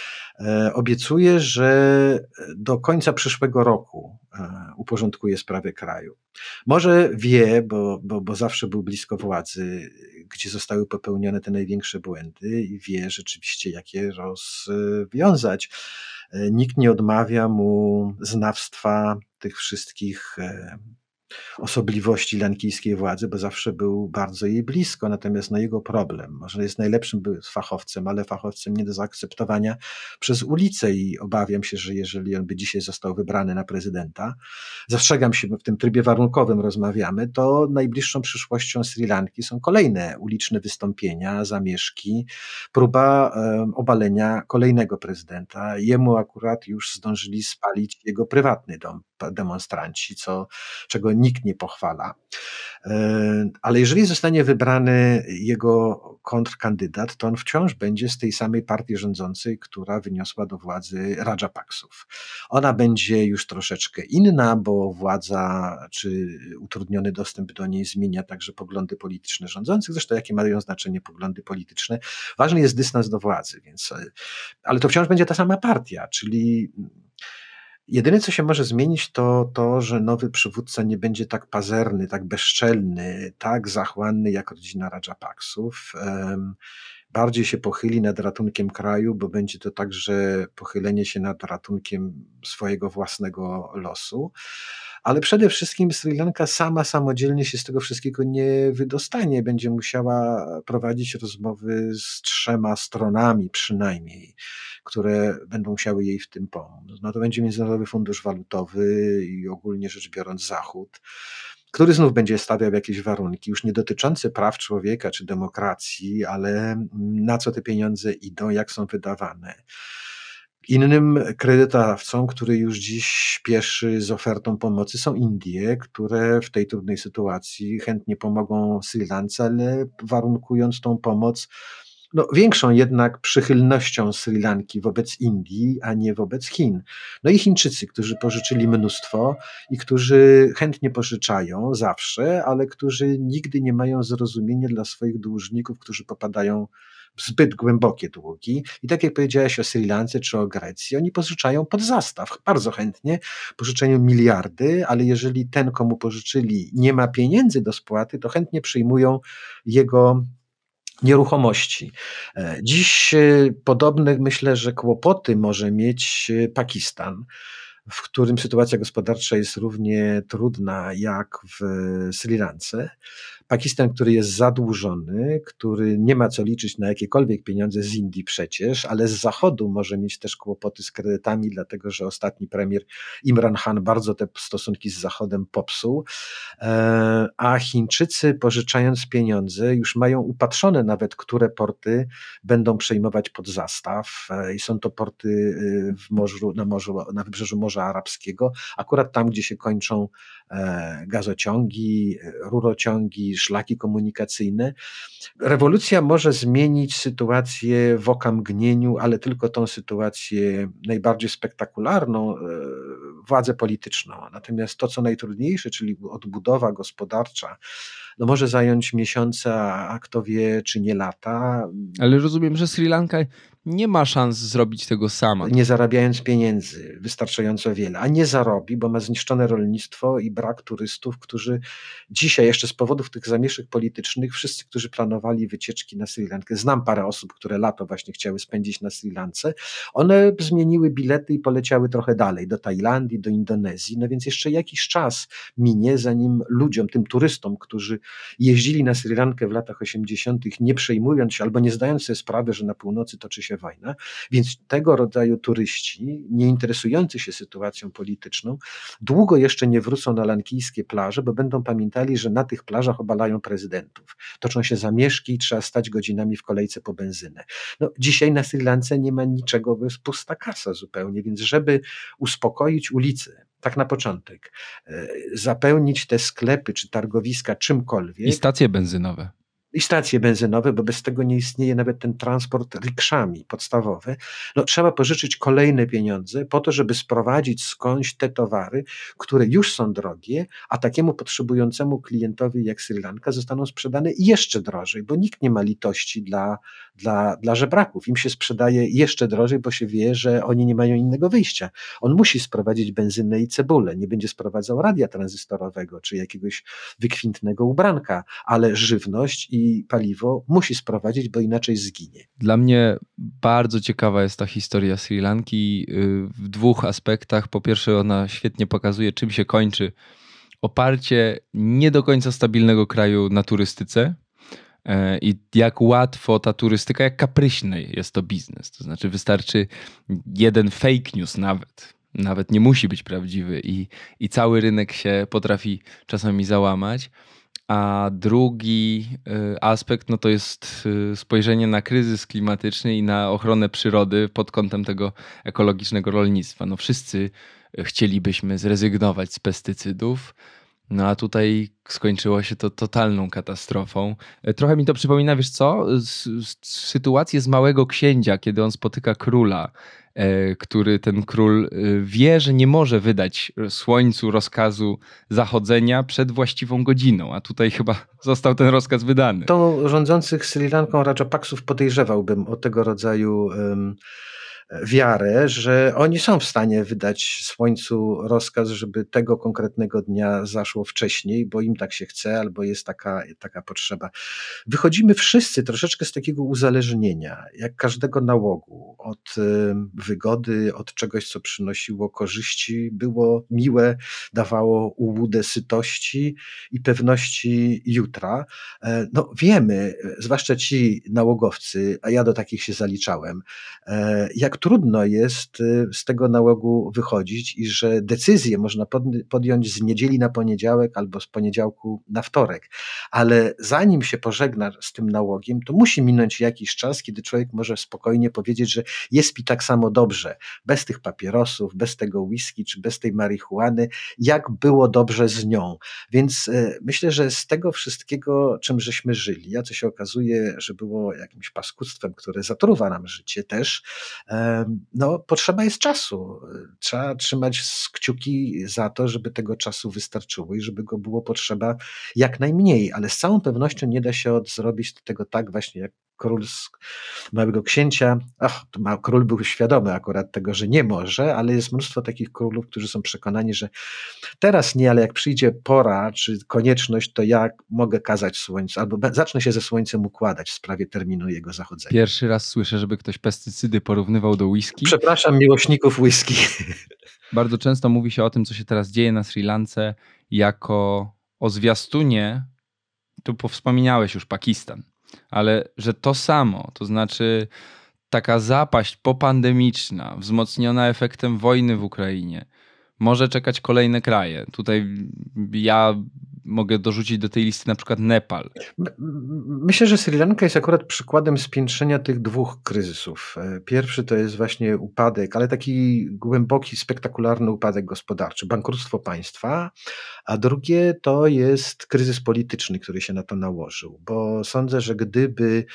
e, obiecuje, że do końca przyszłego roku e, uporządkuje sprawy kraju. Może wie, bo, bo, bo zawsze był blisko władzy, gdzie zostały popełnione te największe błędy i wie rzeczywiście, jak je rozwiązać. E, Nikt nie odmawia mu znawstwa tych wszystkich e, osobliwości lankijskiej władzy, bo zawsze był bardzo jej blisko. Natomiast no, jego problem, może jest najlepszym był fachowcem, ale fachowcem nie do zaakceptowania przez ulicę i obawiam się, że jeżeli on by dzisiaj został wybrany na prezydenta, zastrzegam się, bo w tym trybie warunkowym rozmawiamy, to najbliższą przyszłością Sri Lanki są kolejne uliczne wystąpienia, zamieszki, próba e, obalenia kolejnego prezydenta. Jemu akurat już zdążyli spalić jego prywatny dom demonstranci, co, czego nikt nie pochwala. E, Ale jeżeli zostanie wybrany jego kontrkandydat, to on wciąż będzie z tej samej partii rządzącej, która wyniosła do władzy Rajapaksów. Ona będzie już troszeczkę inna, bo władza czy utrudniony dostęp do niej zmienia także poglądy polityczne rządzących. Zresztą jakie mają znaczenie poglądy polityczne? Ważny jest dystans do władzy, więc, ale to wciąż będzie ta sama partia, czyli jedyne, co się może zmienić, to to, że nowy przywódca nie będzie tak pazerny, tak bezczelny, tak zachłanny jak rodzina Rajapaksów. Em, Bardziej się pochyli nad ratunkiem kraju, bo będzie to także pochylenie się nad ratunkiem swojego własnego losu. Ale przede wszystkim Sri Lanka sama samodzielnie się z tego wszystkiego nie wydostanie. Będzie musiała prowadzić rozmowy z trzema stronami przynajmniej, które będą musiały jej w tym pomóc. No to będzie Międzynarodowy Fundusz Walutowy i ogólnie rzecz biorąc Zachód, który znów będzie stawiał jakieś warunki, już nie dotyczące praw człowieka czy demokracji, ale na co te pieniądze idą, jak są wydawane. Innym kredytodawcą, który już dziś śpieszy z ofertą pomocy, są Indie, które w tej trudnej sytuacji chętnie pomogą Sri Lance, ale warunkując tą pomoc no, większą jednak przychylnością Sri Lanki wobec Indii, a nie wobec Chin. No i Chińczycy, którzy pożyczyli mnóstwo i którzy chętnie pożyczają zawsze, ale którzy nigdy nie mają zrozumienia dla swoich dłużników, którzy popadają w zbyt głębokie długi. I tak jak powiedziałeś o Sri Lance czy o Grecji, oni pożyczają pod zastaw, bardzo chętnie, pożyczają miliardy, ale jeżeli ten, komu pożyczyli, nie ma pieniędzy do spłaty, to chętnie przyjmują jego nieruchomości. Dziś podobne, myślę, że kłopoty może mieć Pakistan, w którym sytuacja gospodarcza jest równie trudna jak w Sri Lance. Pakistan, który jest zadłużony, który nie ma co liczyć na jakiekolwiek pieniądze z Indii przecież, ale z Zachodu może mieć też kłopoty z kredytami, dlatego że ostatni premier Imran Khan bardzo te stosunki z Zachodem popsuł, a Chińczycy, pożyczając pieniądze, już mają upatrzone nawet, które porty będą przejmować pod zastaw i są to porty w morzu, na, morzu, na wybrzeżu Morza Arabskiego, akurat tam, gdzie się kończą gazociągi, rurociągi, szlaki komunikacyjne. Rewolucja może zmienić sytuację w okamgnieniu, ale tylko tą sytuację najbardziej spektakularną, władzę polityczną. Natomiast to, co najtrudniejsze, czyli odbudowa gospodarcza, no może zająć miesiące, a kto wie, czy nie lata. Ale rozumiem, że Sri Lanka nie ma szans zrobić tego sama. Nie zarabiając pieniędzy wystarczająco wiele, a nie zarobi, bo ma zniszczone rolnictwo i brak turystów, którzy dzisiaj jeszcze z powodów tych zamieszek politycznych, wszyscy, którzy planowali wycieczki na Sri Lankę, znam parę osób, które lato właśnie chciały spędzić na Sri Lance, one zmieniły bilety i poleciały trochę dalej, do Tajlandii, do Indonezji, no więc jeszcze jakiś czas minie, zanim ludziom, tym turystom, którzy jeździli na Sri Lankę w latach osiemdziesiątych, nie przejmując się albo nie zdając sobie sprawy, że na północy toczy się wojna, więc tego rodzaju turyści, nie interesujący się sytuacją polityczną, długo jeszcze nie wrócą na lankijskie plaże, bo będą pamiętali, że na tych plażach obalają prezydentów. Toczą się zamieszki i trzeba stać godzinami w kolejce po benzynę. No, dzisiaj na Sri Lance nie ma niczego, bo jest pusta kasa zupełnie, więc żeby uspokoić ulice, tak na początek, zapełnić te sklepy czy targowiska czymkolwiek. I stacje benzynowe. I stacje benzynowe, bo bez tego nie istnieje nawet ten transport rikszami podstawowy. No, trzeba pożyczyć kolejne pieniądze po to, żeby sprowadzić skądś te towary, które już są drogie, a takiemu potrzebującemu klientowi jak Sri Lanka zostaną sprzedane jeszcze drożej, bo nikt nie ma litości dla, dla, dla żebraków. Im się sprzedaje jeszcze drożej, bo się wie, że oni nie mają innego wyjścia. On musi sprowadzić benzynę i cebulę, nie będzie sprowadzał radia tranzystorowego czy jakiegoś wykwintnego ubranka, ale żywność i i paliwo musi sprowadzić, bo inaczej zginie. Dla mnie bardzo ciekawa jest ta historia Sri Lanki w dwóch aspektach. Po pierwsze, ona świetnie pokazuje, czym się kończy oparcie nie do końca stabilnego kraju na turystyce i jak łatwo ta turystyka, jak kapryśny jest to biznes. To znaczy wystarczy jeden fake news nawet. Nawet nie musi być prawdziwy i, i cały rynek się potrafi czasami załamać. A drugi aspekt no to jest spojrzenie na kryzys klimatyczny i na ochronę przyrody pod kątem tego ekologicznego rolnictwa. No wszyscy chcielibyśmy zrezygnować z pestycydów, no a tutaj skończyło się to totalną katastrofą. Trochę mi to przypomina, wiesz co, sytuację z Małego Księcia, kiedy on spotyka króla, który ten król wie, że nie może wydać słońcu rozkazu zachodzenia przed właściwą godziną, a tutaj chyba został ten rozkaz wydany. To rządzących Sri Lanką Rajapaksów podejrzewałbym o tego rodzaju um, wiarę, że oni są w stanie wydać słońcu rozkaz, żeby tego konkretnego dnia zaszło wcześniej, bo im tak się chce, albo jest taka, taka potrzeba. Wychodzimy wszyscy troszeczkę z takiego uzależnienia, jak każdego nałogu, od wygody, od czegoś, co przynosiło korzyści, było miłe, dawało ułudę sytości i pewności jutra. No wiemy, zwłaszcza ci nałogowcy, a ja do takich się zaliczałem, jak trudno jest z tego nałogu wychodzić i że decyzję można podjąć z niedzieli na poniedziałek albo z poniedziałku na wtorek, ale zanim się pożegna z tym nałogiem, to musi minąć jakiś czas, kiedy człowiek może spokojnie powiedzieć, że jest mi tak samo dobrze, bez tych papierosów, bez tego whisky czy bez tej marihuany, jak było dobrze z nią. Więc myślę, że z tego wszystkiego, czym żeśmy żyli, a co się okazuje, że było jakimś paskudztwem, które zatruwa nam życie też, no potrzeba jest czasu. Trzeba trzymać kciuki za to, żeby tego czasu wystarczyło i żeby go było potrzeba jak najmniej, ale z całą pewnością nie da się zrobić tego tak właśnie jak król z Małego Księcia. Ach, król był świadomy akurat tego, że nie może, ale jest mnóstwo takich królów, którzy są przekonani, że teraz nie, ale jak przyjdzie pora czy konieczność, to ja mogę kazać słońcu, albo zacznę się ze słońcem układać w sprawie terminu jego zachodzenia. Pierwszy raz słyszę, żeby ktoś pestycydy porównywał do whisky. Przepraszam miłośników whisky. Bardzo często mówi się o tym, co się teraz dzieje na Sri Lance, jako o zwiastunie Tu powspomniałeś już Pakistan, ale że to samo, to znaczy taka zapaść popandemiczna, wzmocniona efektem wojny w Ukrainie, może czekać kolejne kraje. Tutaj ja mogę dorzucić do tej listy na przykład Nepal. Myślę, że Sri Lanka jest akurat przykładem spiętrzenia tych dwóch kryzysów. Pierwszy to jest właśnie upadek, ale taki głęboki, spektakularny upadek gospodarczy, bankructwo państwa, a drugie to jest kryzys polityczny, który się na to nałożył, bo sądzę, że gdyby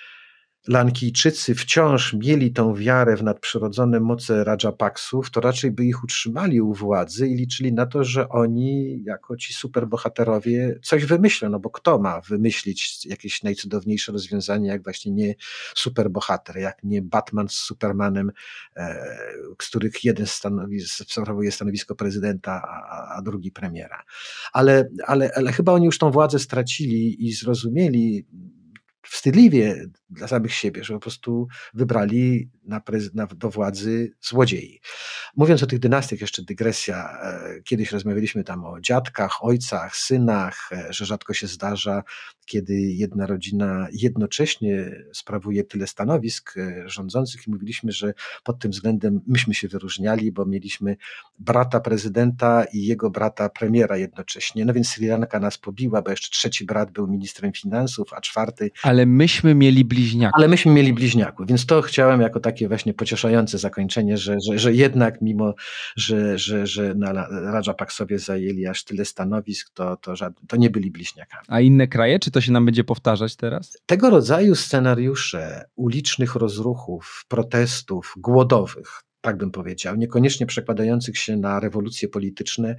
Lankijczycy wciąż mieli tą wiarę w nadprzyrodzone moce Rajapaksów, to raczej by ich utrzymali u władzy i liczyli na to, że oni jako ci superbohaterowie coś wymyślą, no bo kto ma wymyślić jakieś najcudowniejsze rozwiązanie, jak właśnie nie superbohater, jak nie Batman z Supermanem, e, z których jeden stanowi- sprawuje stanowisko prezydenta, a, a drugi premiera. Ale, ale, ale chyba oni już tą władzę stracili i zrozumieli, wstydliwie dla samych siebie, że po prostu wybrali na prez- na, do władzy złodziei. Mówiąc o tych dynastiach, jeszcze dygresja. e, Kiedyś rozmawialiśmy tam o dziadkach, ojcach, synach, e, że rzadko się zdarza, kiedy jedna rodzina jednocześnie sprawuje tyle stanowisk e, rządzących i mówiliśmy, że pod tym względem myśmy się wyróżniali, bo mieliśmy brata prezydenta i jego brata premiera jednocześnie. No więc Sri Lanka nas pobiła, bo jeszcze trzeci brat był ministrem finansów, a czwarty Ale myśmy mieli bliźniaków. ale myśmy mieli bliźniaków, więc to chciałem jako takie właśnie pocieszające zakończenie, że, że, że jednak mimo, że, że, że na Rajapaksowie zajęli aż tyle stanowisk, to, to, żad- to nie byli bliźniakami. A inne kraje? Czy to się nam będzie powtarzać teraz? Tego rodzaju scenariusze ulicznych rozruchów, protestów, głodowych, tak bym powiedział, niekoniecznie przekładających się na rewolucje polityczne,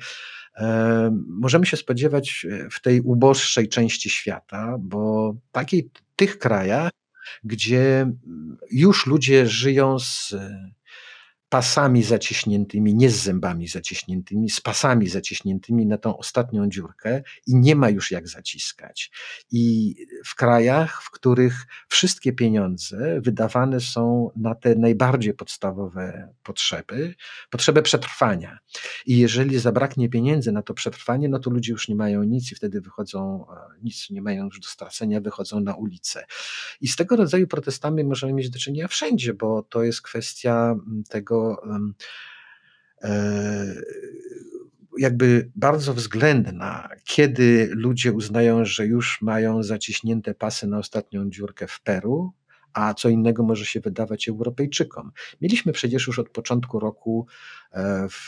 e, możemy się spodziewać w tej uboższej części świata, bo takiej, tych krajach, gdzie już ludzie żyją z pasami zaciśniętymi, nie z zębami zaciśniętymi, z pasami zaciśniętymi na tą ostatnią dziurkę i nie ma już jak zaciskać. I w krajach, w których wszystkie pieniądze wydawane są na te najbardziej podstawowe potrzeby, potrzebę przetrwania. I jeżeli zabraknie pieniędzy na to przetrwanie, no to ludzie już nie mają nic i wtedy wychodzą, nic nie mają już do stracenia, wychodzą na ulicę. I z tego rodzaju protestami możemy mieć do czynienia wszędzie, bo to jest kwestia tego, e, jakby bardzo względna, kiedy ludzie uznają, że już mają zaciśnięte pasy na ostatnią dziurkę w Peru, a co innego może się wydawać Europejczykom. Mieliśmy przecież już od początku roku e, w,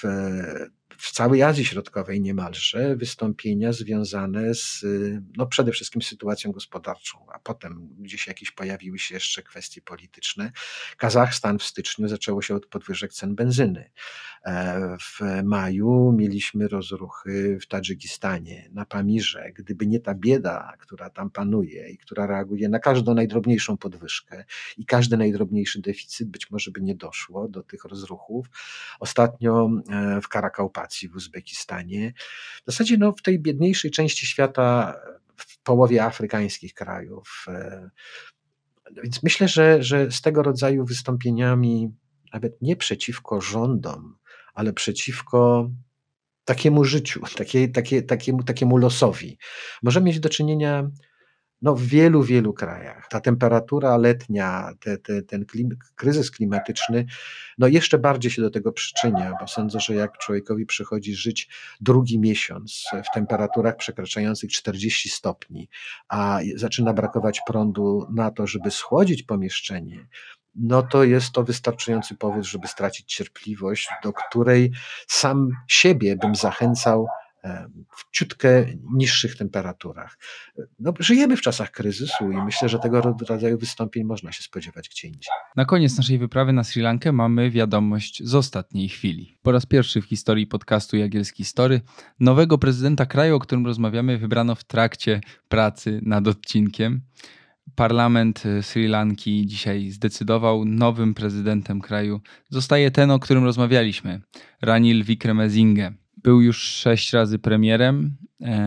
w całej Azji Środkowej niemalże wystąpienia związane z no przede wszystkim sytuacją gospodarczą, a potem gdzieś jakieś pojawiły się jeszcze kwestie polityczne. Kazachstan w styczniu zaczęło się od podwyżek cen benzyny. E, W maju mieliśmy rozruchy w Tadżykistanie, na Pamirze. Gdyby nie ta bieda, która tam panuje i która reaguje na każdą najdrobniejszą podwyżkę i każdy najdrobniejszy deficyt, być może by nie doszło do tych rozruchów. Ostatnio e, w Karakałpacji w Uzbekistanie. W zasadzie no, w tej biedniejszej części świata, w połowie afrykańskich krajów. e, Więc myślę, że, że z tego rodzaju wystąpieniami, nawet nie przeciwko rządom, ale przeciwko takiemu życiu, takie, takie, takiemu, takiemu losowi, możemy mieć do czynienia no, w wielu, wielu krajach. Ta temperatura letnia, te, te, ten klim, kryzys klimatyczny, no jeszcze bardziej się do tego przyczynia, bo sądzę, że jak człowiekowi przychodzi żyć drugi miesiąc w temperaturach przekraczających czterdzieści stopni, a zaczyna brakować prądu na to, żeby schłodzić pomieszczenie, no to jest to wystarczający powód, żeby stracić cierpliwość, do której sam siebie bym zachęcał w ciutkę niższych temperaturach. No, żyjemy w czasach kryzysu i myślę, że tego rodzaju wystąpień można się spodziewać gdzie indziej. Na koniec naszej wyprawy na Sri Lankę mamy wiadomość z ostatniej chwili. Po raz pierwszy w historii podcastu Jagielski Story nowego prezydenta kraju, o którym rozmawiamy, wybrano w trakcie pracy nad odcinkiem. Parlament Sri Lanki dzisiaj zdecydował, nowym prezydentem kraju zostaje ten, o którym rozmawialiśmy, Ranil Wickremesinghe. Był już sześć razy premierem,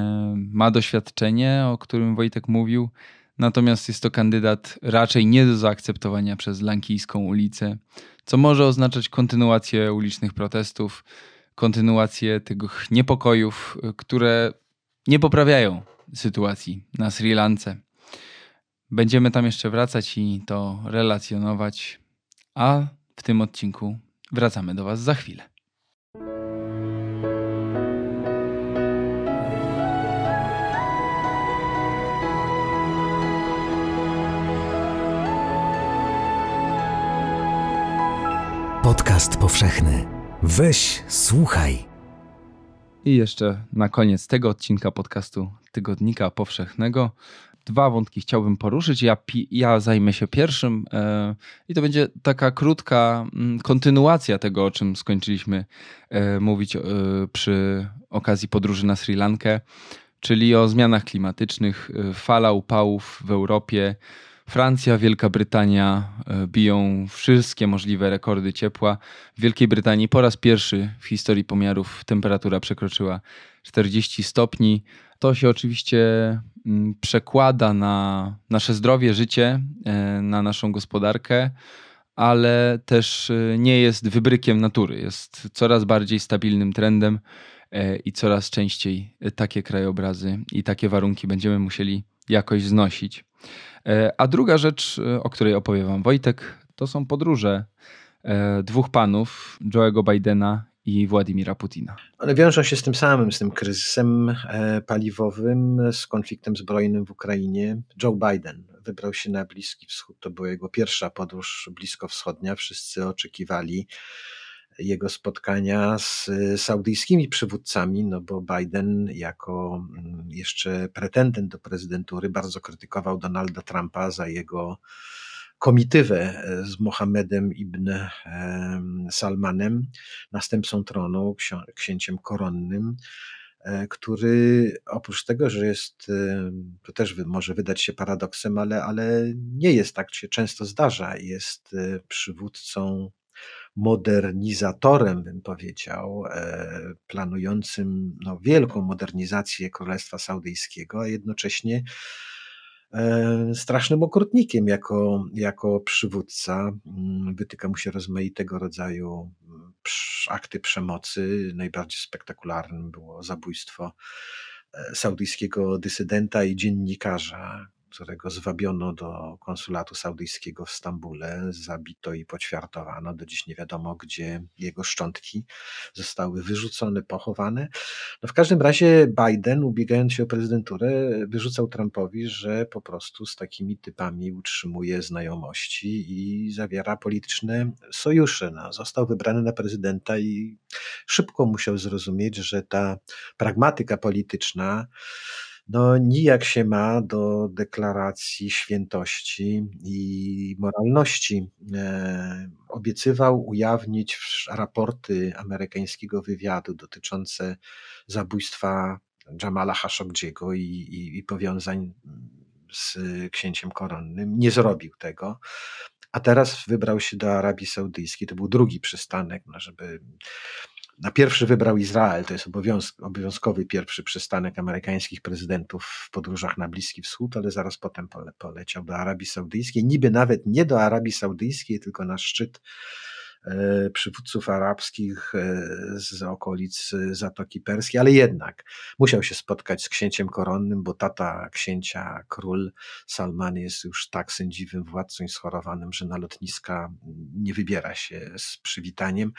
ma doświadczenie, o którym Wojtek mówił, natomiast jest to kandydat raczej nie do zaakceptowania przez lankijską ulicę, co może oznaczać kontynuację ulicznych protestów, kontynuację tych niepokojów, które nie poprawiają sytuacji na Sri Lance. Będziemy tam jeszcze wracać i to relacjonować, a w tym odcinku wracamy do Was za chwilę. Podcast powszechny. Weź, słuchaj. I jeszcze na koniec tego odcinka podcastu Tygodnika Powszechnego dwa wątki chciałbym poruszyć. Ja, pi- ja zajmę się pierwszym e, i to będzie taka krótka m, kontynuacja tego, o czym skończyliśmy e, mówić e, przy okazji podróży na Sri Lankę, czyli o zmianach klimatycznych, e, fala upałów w Europie. Francja, Wielka Brytania e, biją wszystkie możliwe rekordy ciepła. W Wielkiej Brytanii po raz pierwszy w historii pomiarów temperatura przekroczyła czterdzieści stopni. To się oczywiście mm, przekłada na nasze zdrowie, życie, e, na naszą gospodarkę, ale też e, nie jest wybrykiem natury. Jest coraz bardziej stabilnym trendem e, i coraz częściej takie krajobrazy i takie warunki będziemy musieli jakoś znosić. E, A druga rzecz, e, o której opowie Wam Wojtek, to są podróże e, dwóch panów, Joe'ego Bidena i Władimira Putina. One wiążą się z tym samym, z tym kryzysem e, paliwowym, z konfliktem zbrojnym w Ukrainie. Joe Biden wybrał się na Bliski Wschód, to była jego pierwsza podróż bliskowschodnia. Wszyscy oczekiwali jego spotkania z saudyjskimi przywódcami, no bo Biden jako mm, jeszcze pretendent do prezydentury bardzo krytykował Donalda Trumpa za jego komitywę z Mohammedem ibn em, Salmanem, następcą tronu, ksią- księciem koronnym, e, który oprócz tego, że jest, em, to też wy- może wydać się paradoksem, ale, ale nie jest tak, się często zdarza, jest e, przywódcą modernizatorem, bym powiedział, e, planującym no, wielką modernizację Królestwa Saudyjskiego, a jednocześnie e, strasznym okrutnikiem jako, jako przywódca. Mm, Wytyka mu się rozmaitego rodzaju mm, prz- akty przemocy. Najbardziej spektakularnym było zabójstwo e, saudyjskiego dysydenta i dziennikarza, którego zwabiono do konsulatu saudyjskiego w Stambule, zabito i poćwiartowano. Do dziś nie wiadomo, gdzie jego szczątki zostały wyrzucone, pochowane. No w każdym razie Biden, ubiegając się o prezydenturę, wyrzucał Trumpowi, że po prostu z takimi typami utrzymuje znajomości i zawiera polityczne sojusze. No, został wybrany na prezydenta i szybko musiał zrozumieć, że ta pragmatyka polityczna no nijak się ma do deklaracji świętości i moralności. E, obiecywał ujawnić wsz- raporty amerykańskiego wywiadu dotyczące zabójstwa Jamala Khashoggiego i, i, i powiązań z księciem koronnym. Nie zrobił tego. A teraz wybrał się do Arabii Saudyjskiej. To był drugi przystanek, no żeby na pierwszy wybrał Izrael, to jest obowiązk, obowiązkowy pierwszy przystanek amerykańskich prezydentów w podróżach na Bliski Wschód, ale zaraz potem pole, poleciał do Arabii Saudyjskiej, niby nawet nie do Arabii Saudyjskiej, tylko na szczyt e, przywódców arabskich e, z okolic Zatoki Perskiej, ale jednak musiał się spotkać z księciem koronnym, bo tata księcia, król Salman jest już tak sędziwym władcą i schorowanym, że na lotniska nie wybiera się z przywitaniem.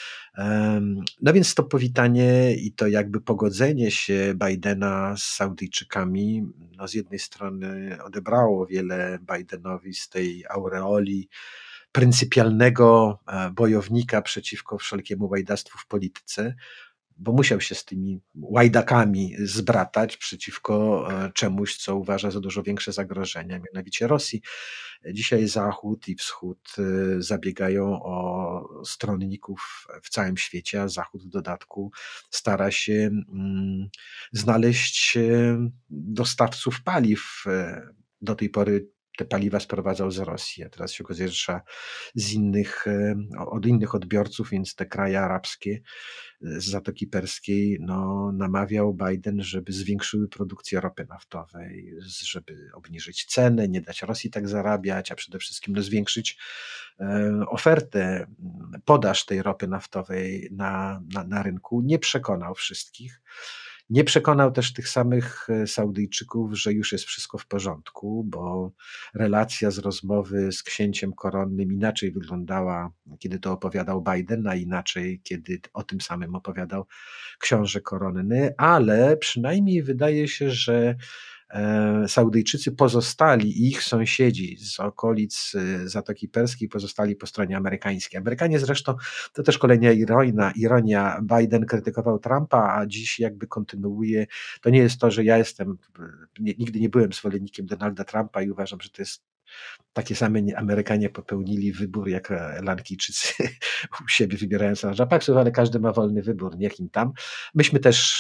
Em, No więc to powitanie i to jakby pogodzenie się Bidena z Saudyjczykami, no z jednej strony odebrało wiele Bidenowi z tej aureoli pryncypialnego e, bojownika przeciwko wszelkiemu łajdactwu w polityce, bo musiał się z tymi łajdakami zbratać przeciwko e, czemuś, co uważa za dużo większe zagrożenia, mianowicie Rosji. Dzisiaj Zachód i Wschód e, zabiegają o stronników w całym świecie, a Zachód w dodatku stara się mm, znaleźć e, dostawców paliw. E, Do tej pory te paliwa sprowadzał z Rosji, a teraz się okazuje, że trzeba z innych, e, od innych odbiorców, więc te kraje arabskie z Zatoki Perskiej no, namawiał Biden, żeby zwiększyły produkcję ropy naftowej, z- żeby obniżyć ceny, nie dać Rosji tak zarabiać, a przede wszystkim no, zwiększyć e, ofertę, m, podaż tej ropy naftowej na, na, na rynku. Nie przekonał wszystkich. Nie przekonał też tych samych Saudyjczyków, że już jest wszystko w porządku, bo relacja z rozmowy z księciem koronnym inaczej wyglądała, kiedy to opowiadał Biden, a inaczej, kiedy o tym samym opowiadał książę koronny, ale przynajmniej wydaje się, że Saudyjczycy pozostali i ich sąsiedzi z okolic Zatoki Perskiej pozostali po stronie amerykańskiej. Amerykanie zresztą, to też kolejna ironia, ironia, Biden krytykował Trumpa, a dziś jakby kontynuuje. To nie jest to, że ja jestem, nie, nigdy nie byłem zwolennikiem Donalda Trumpa i uważam, że to jest takie same Amerykanie popełnili wybór jak Lankijczycy u siebie, wybierając Donalda Paxów, ale każdy ma wolny wybór, niech im tam. Myśmy też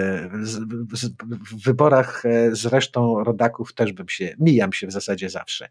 w wyborach z resztą rodaków też bym się, mijam się w zasadzie zawsze.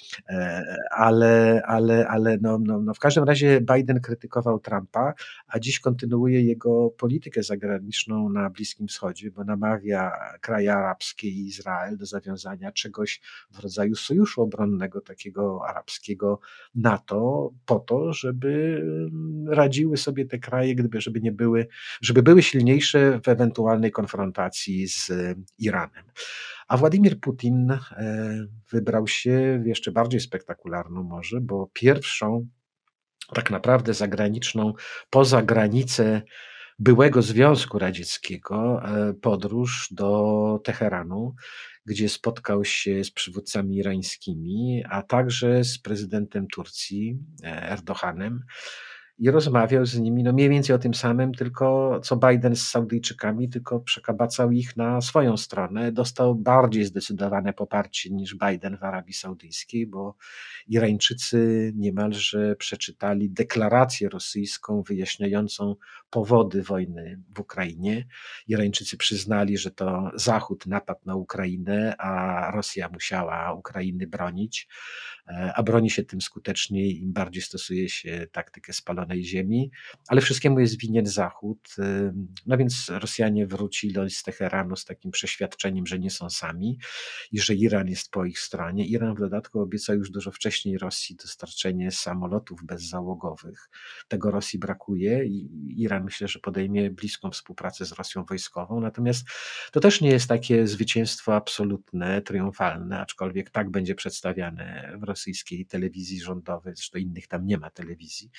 Ale, ale, ale no, no, no w każdym razie Biden krytykował Trumpa, a dziś kontynuuje jego politykę zagraniczną na Bliskim Wschodzie, bo namawia kraje arabskie i Izrael do zawiązania czegoś w rodzaju sojuszu obronnego, takiego arabskiego NATO, po to, żeby radziły sobie te kraje, gdyby, żeby nie były, żeby były silniejsze w ewentualnej konfrontacji z Iranem. A Władimir Putin wybrał się w jeszcze bardziej spektakularną może, bo pierwszą tak naprawdę zagraniczną, poza granicę byłego Związku Radzieckiego podróż do Teheranu, gdzie spotkał się z przywódcami irańskimi, a także z prezydentem Turcji Erdoganem i rozmawiał z nimi no mniej więcej o tym samym, tylko co Biden z Saudyjczykami, tylko przekabacał ich na swoją stronę. Dostał bardziej zdecydowane poparcie niż Biden w Arabii Saudyjskiej, bo Irańczycy niemalże przeczytali deklarację rosyjską wyjaśniającą powody wojny w Ukrainie. Irańczycy przyznali, że to Zachód napadł na Ukrainę, a Rosja musiała Ukrainy bronić, a broni się tym skuteczniej, im bardziej stosuje się taktykę spalonej ziemi, ale wszystkiemu jest winien Zachód. No więc Rosjanie wrócili z Teheranu z takim przeświadczeniem, że nie są sami i że Iran jest po ich stronie. Iran w dodatku obiecał już dużo wcześniej Rosji dostarczenie samolotów bezzałogowych. Tego Rosji brakuje i Iran myślę, że podejmie bliską współpracę z Rosją wojskową, natomiast to też nie jest takie zwycięstwo absolutne, triumfalne, aczkolwiek tak będzie przedstawiane w rosyjskiej telewizji rządowej, zresztą innych tam nie ma telewizji,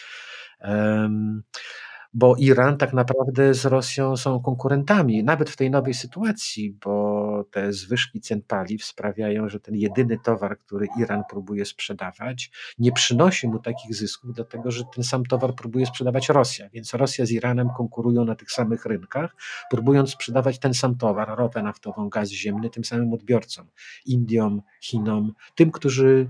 um, bo Iran tak naprawdę z Rosją są konkurentami, nawet w tej nowej sytuacji, bo te zwyżki cen paliw sprawiają, że ten jedyny towar, który Iran próbuje sprzedawać, nie przynosi mu takich zysków, dlatego że ten sam towar próbuje sprzedawać Rosja, więc Rosja z Iranem konkurują na tych samych rynkach, próbując sprzedawać ten sam towar, ropę naftową, gaz ziemny, tym samym odbiorcom, Indiom, Chinom, tym, którzy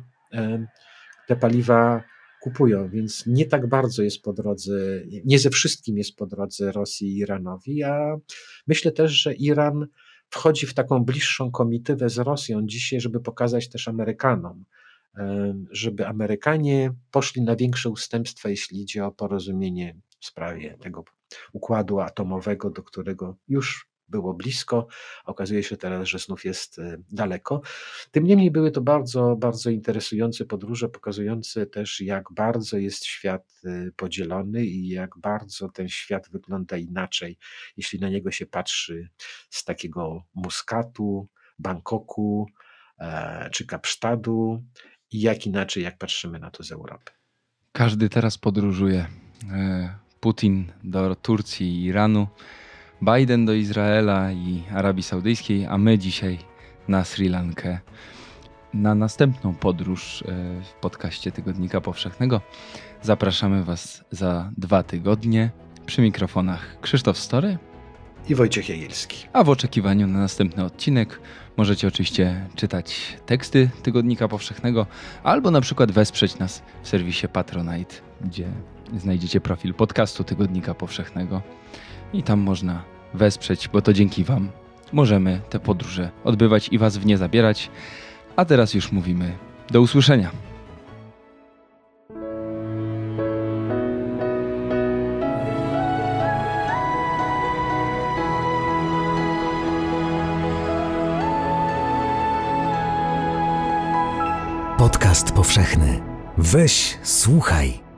te paliwa kupują, więc nie tak bardzo jest po drodze, nie ze wszystkim jest po drodze Rosji i Iranowi, a myślę też, że Iran wchodzi w taką bliższą komitywę z Rosją dzisiaj, żeby pokazać też Amerykanom, żeby Amerykanie poszli na większe ustępstwa, jeśli idzie o porozumienie w sprawie tego układu atomowego, do którego już było blisko, okazuje się teraz, że znów jest daleko. Tym niemniej były to bardzo, bardzo interesujące podróże, pokazujące też, jak bardzo jest świat podzielony i jak bardzo ten świat wygląda inaczej, jeśli na niego się patrzy z takiego Muskatu, Bangkoku czy Kapsztadu i jak inaczej, jak patrzymy na to z Europy. Każdy teraz podróżuje. Putin do Turcji i Iranu, Biden do Izraela i Arabii Saudyjskiej, a my dzisiaj na Sri Lankę. Na następną podróż w podcaście Tygodnika Powszechnego zapraszamy Was za dwa tygodnie. Przy mikrofonach Krzysztof Story i Wojciech Jagielski. A w oczekiwaniu na następny odcinek możecie oczywiście czytać teksty Tygodnika Powszechnego albo na przykład wesprzeć nas w serwisie Patronite, gdzie znajdziecie profil podcastu Tygodnika Powszechnego i tam można wesprzeć, bo to dzięki Wam możemy te podróże odbywać i Was w nie zabierać. A teraz już mówimy do usłyszenia. Podcast powszechny. Weź, słuchaj.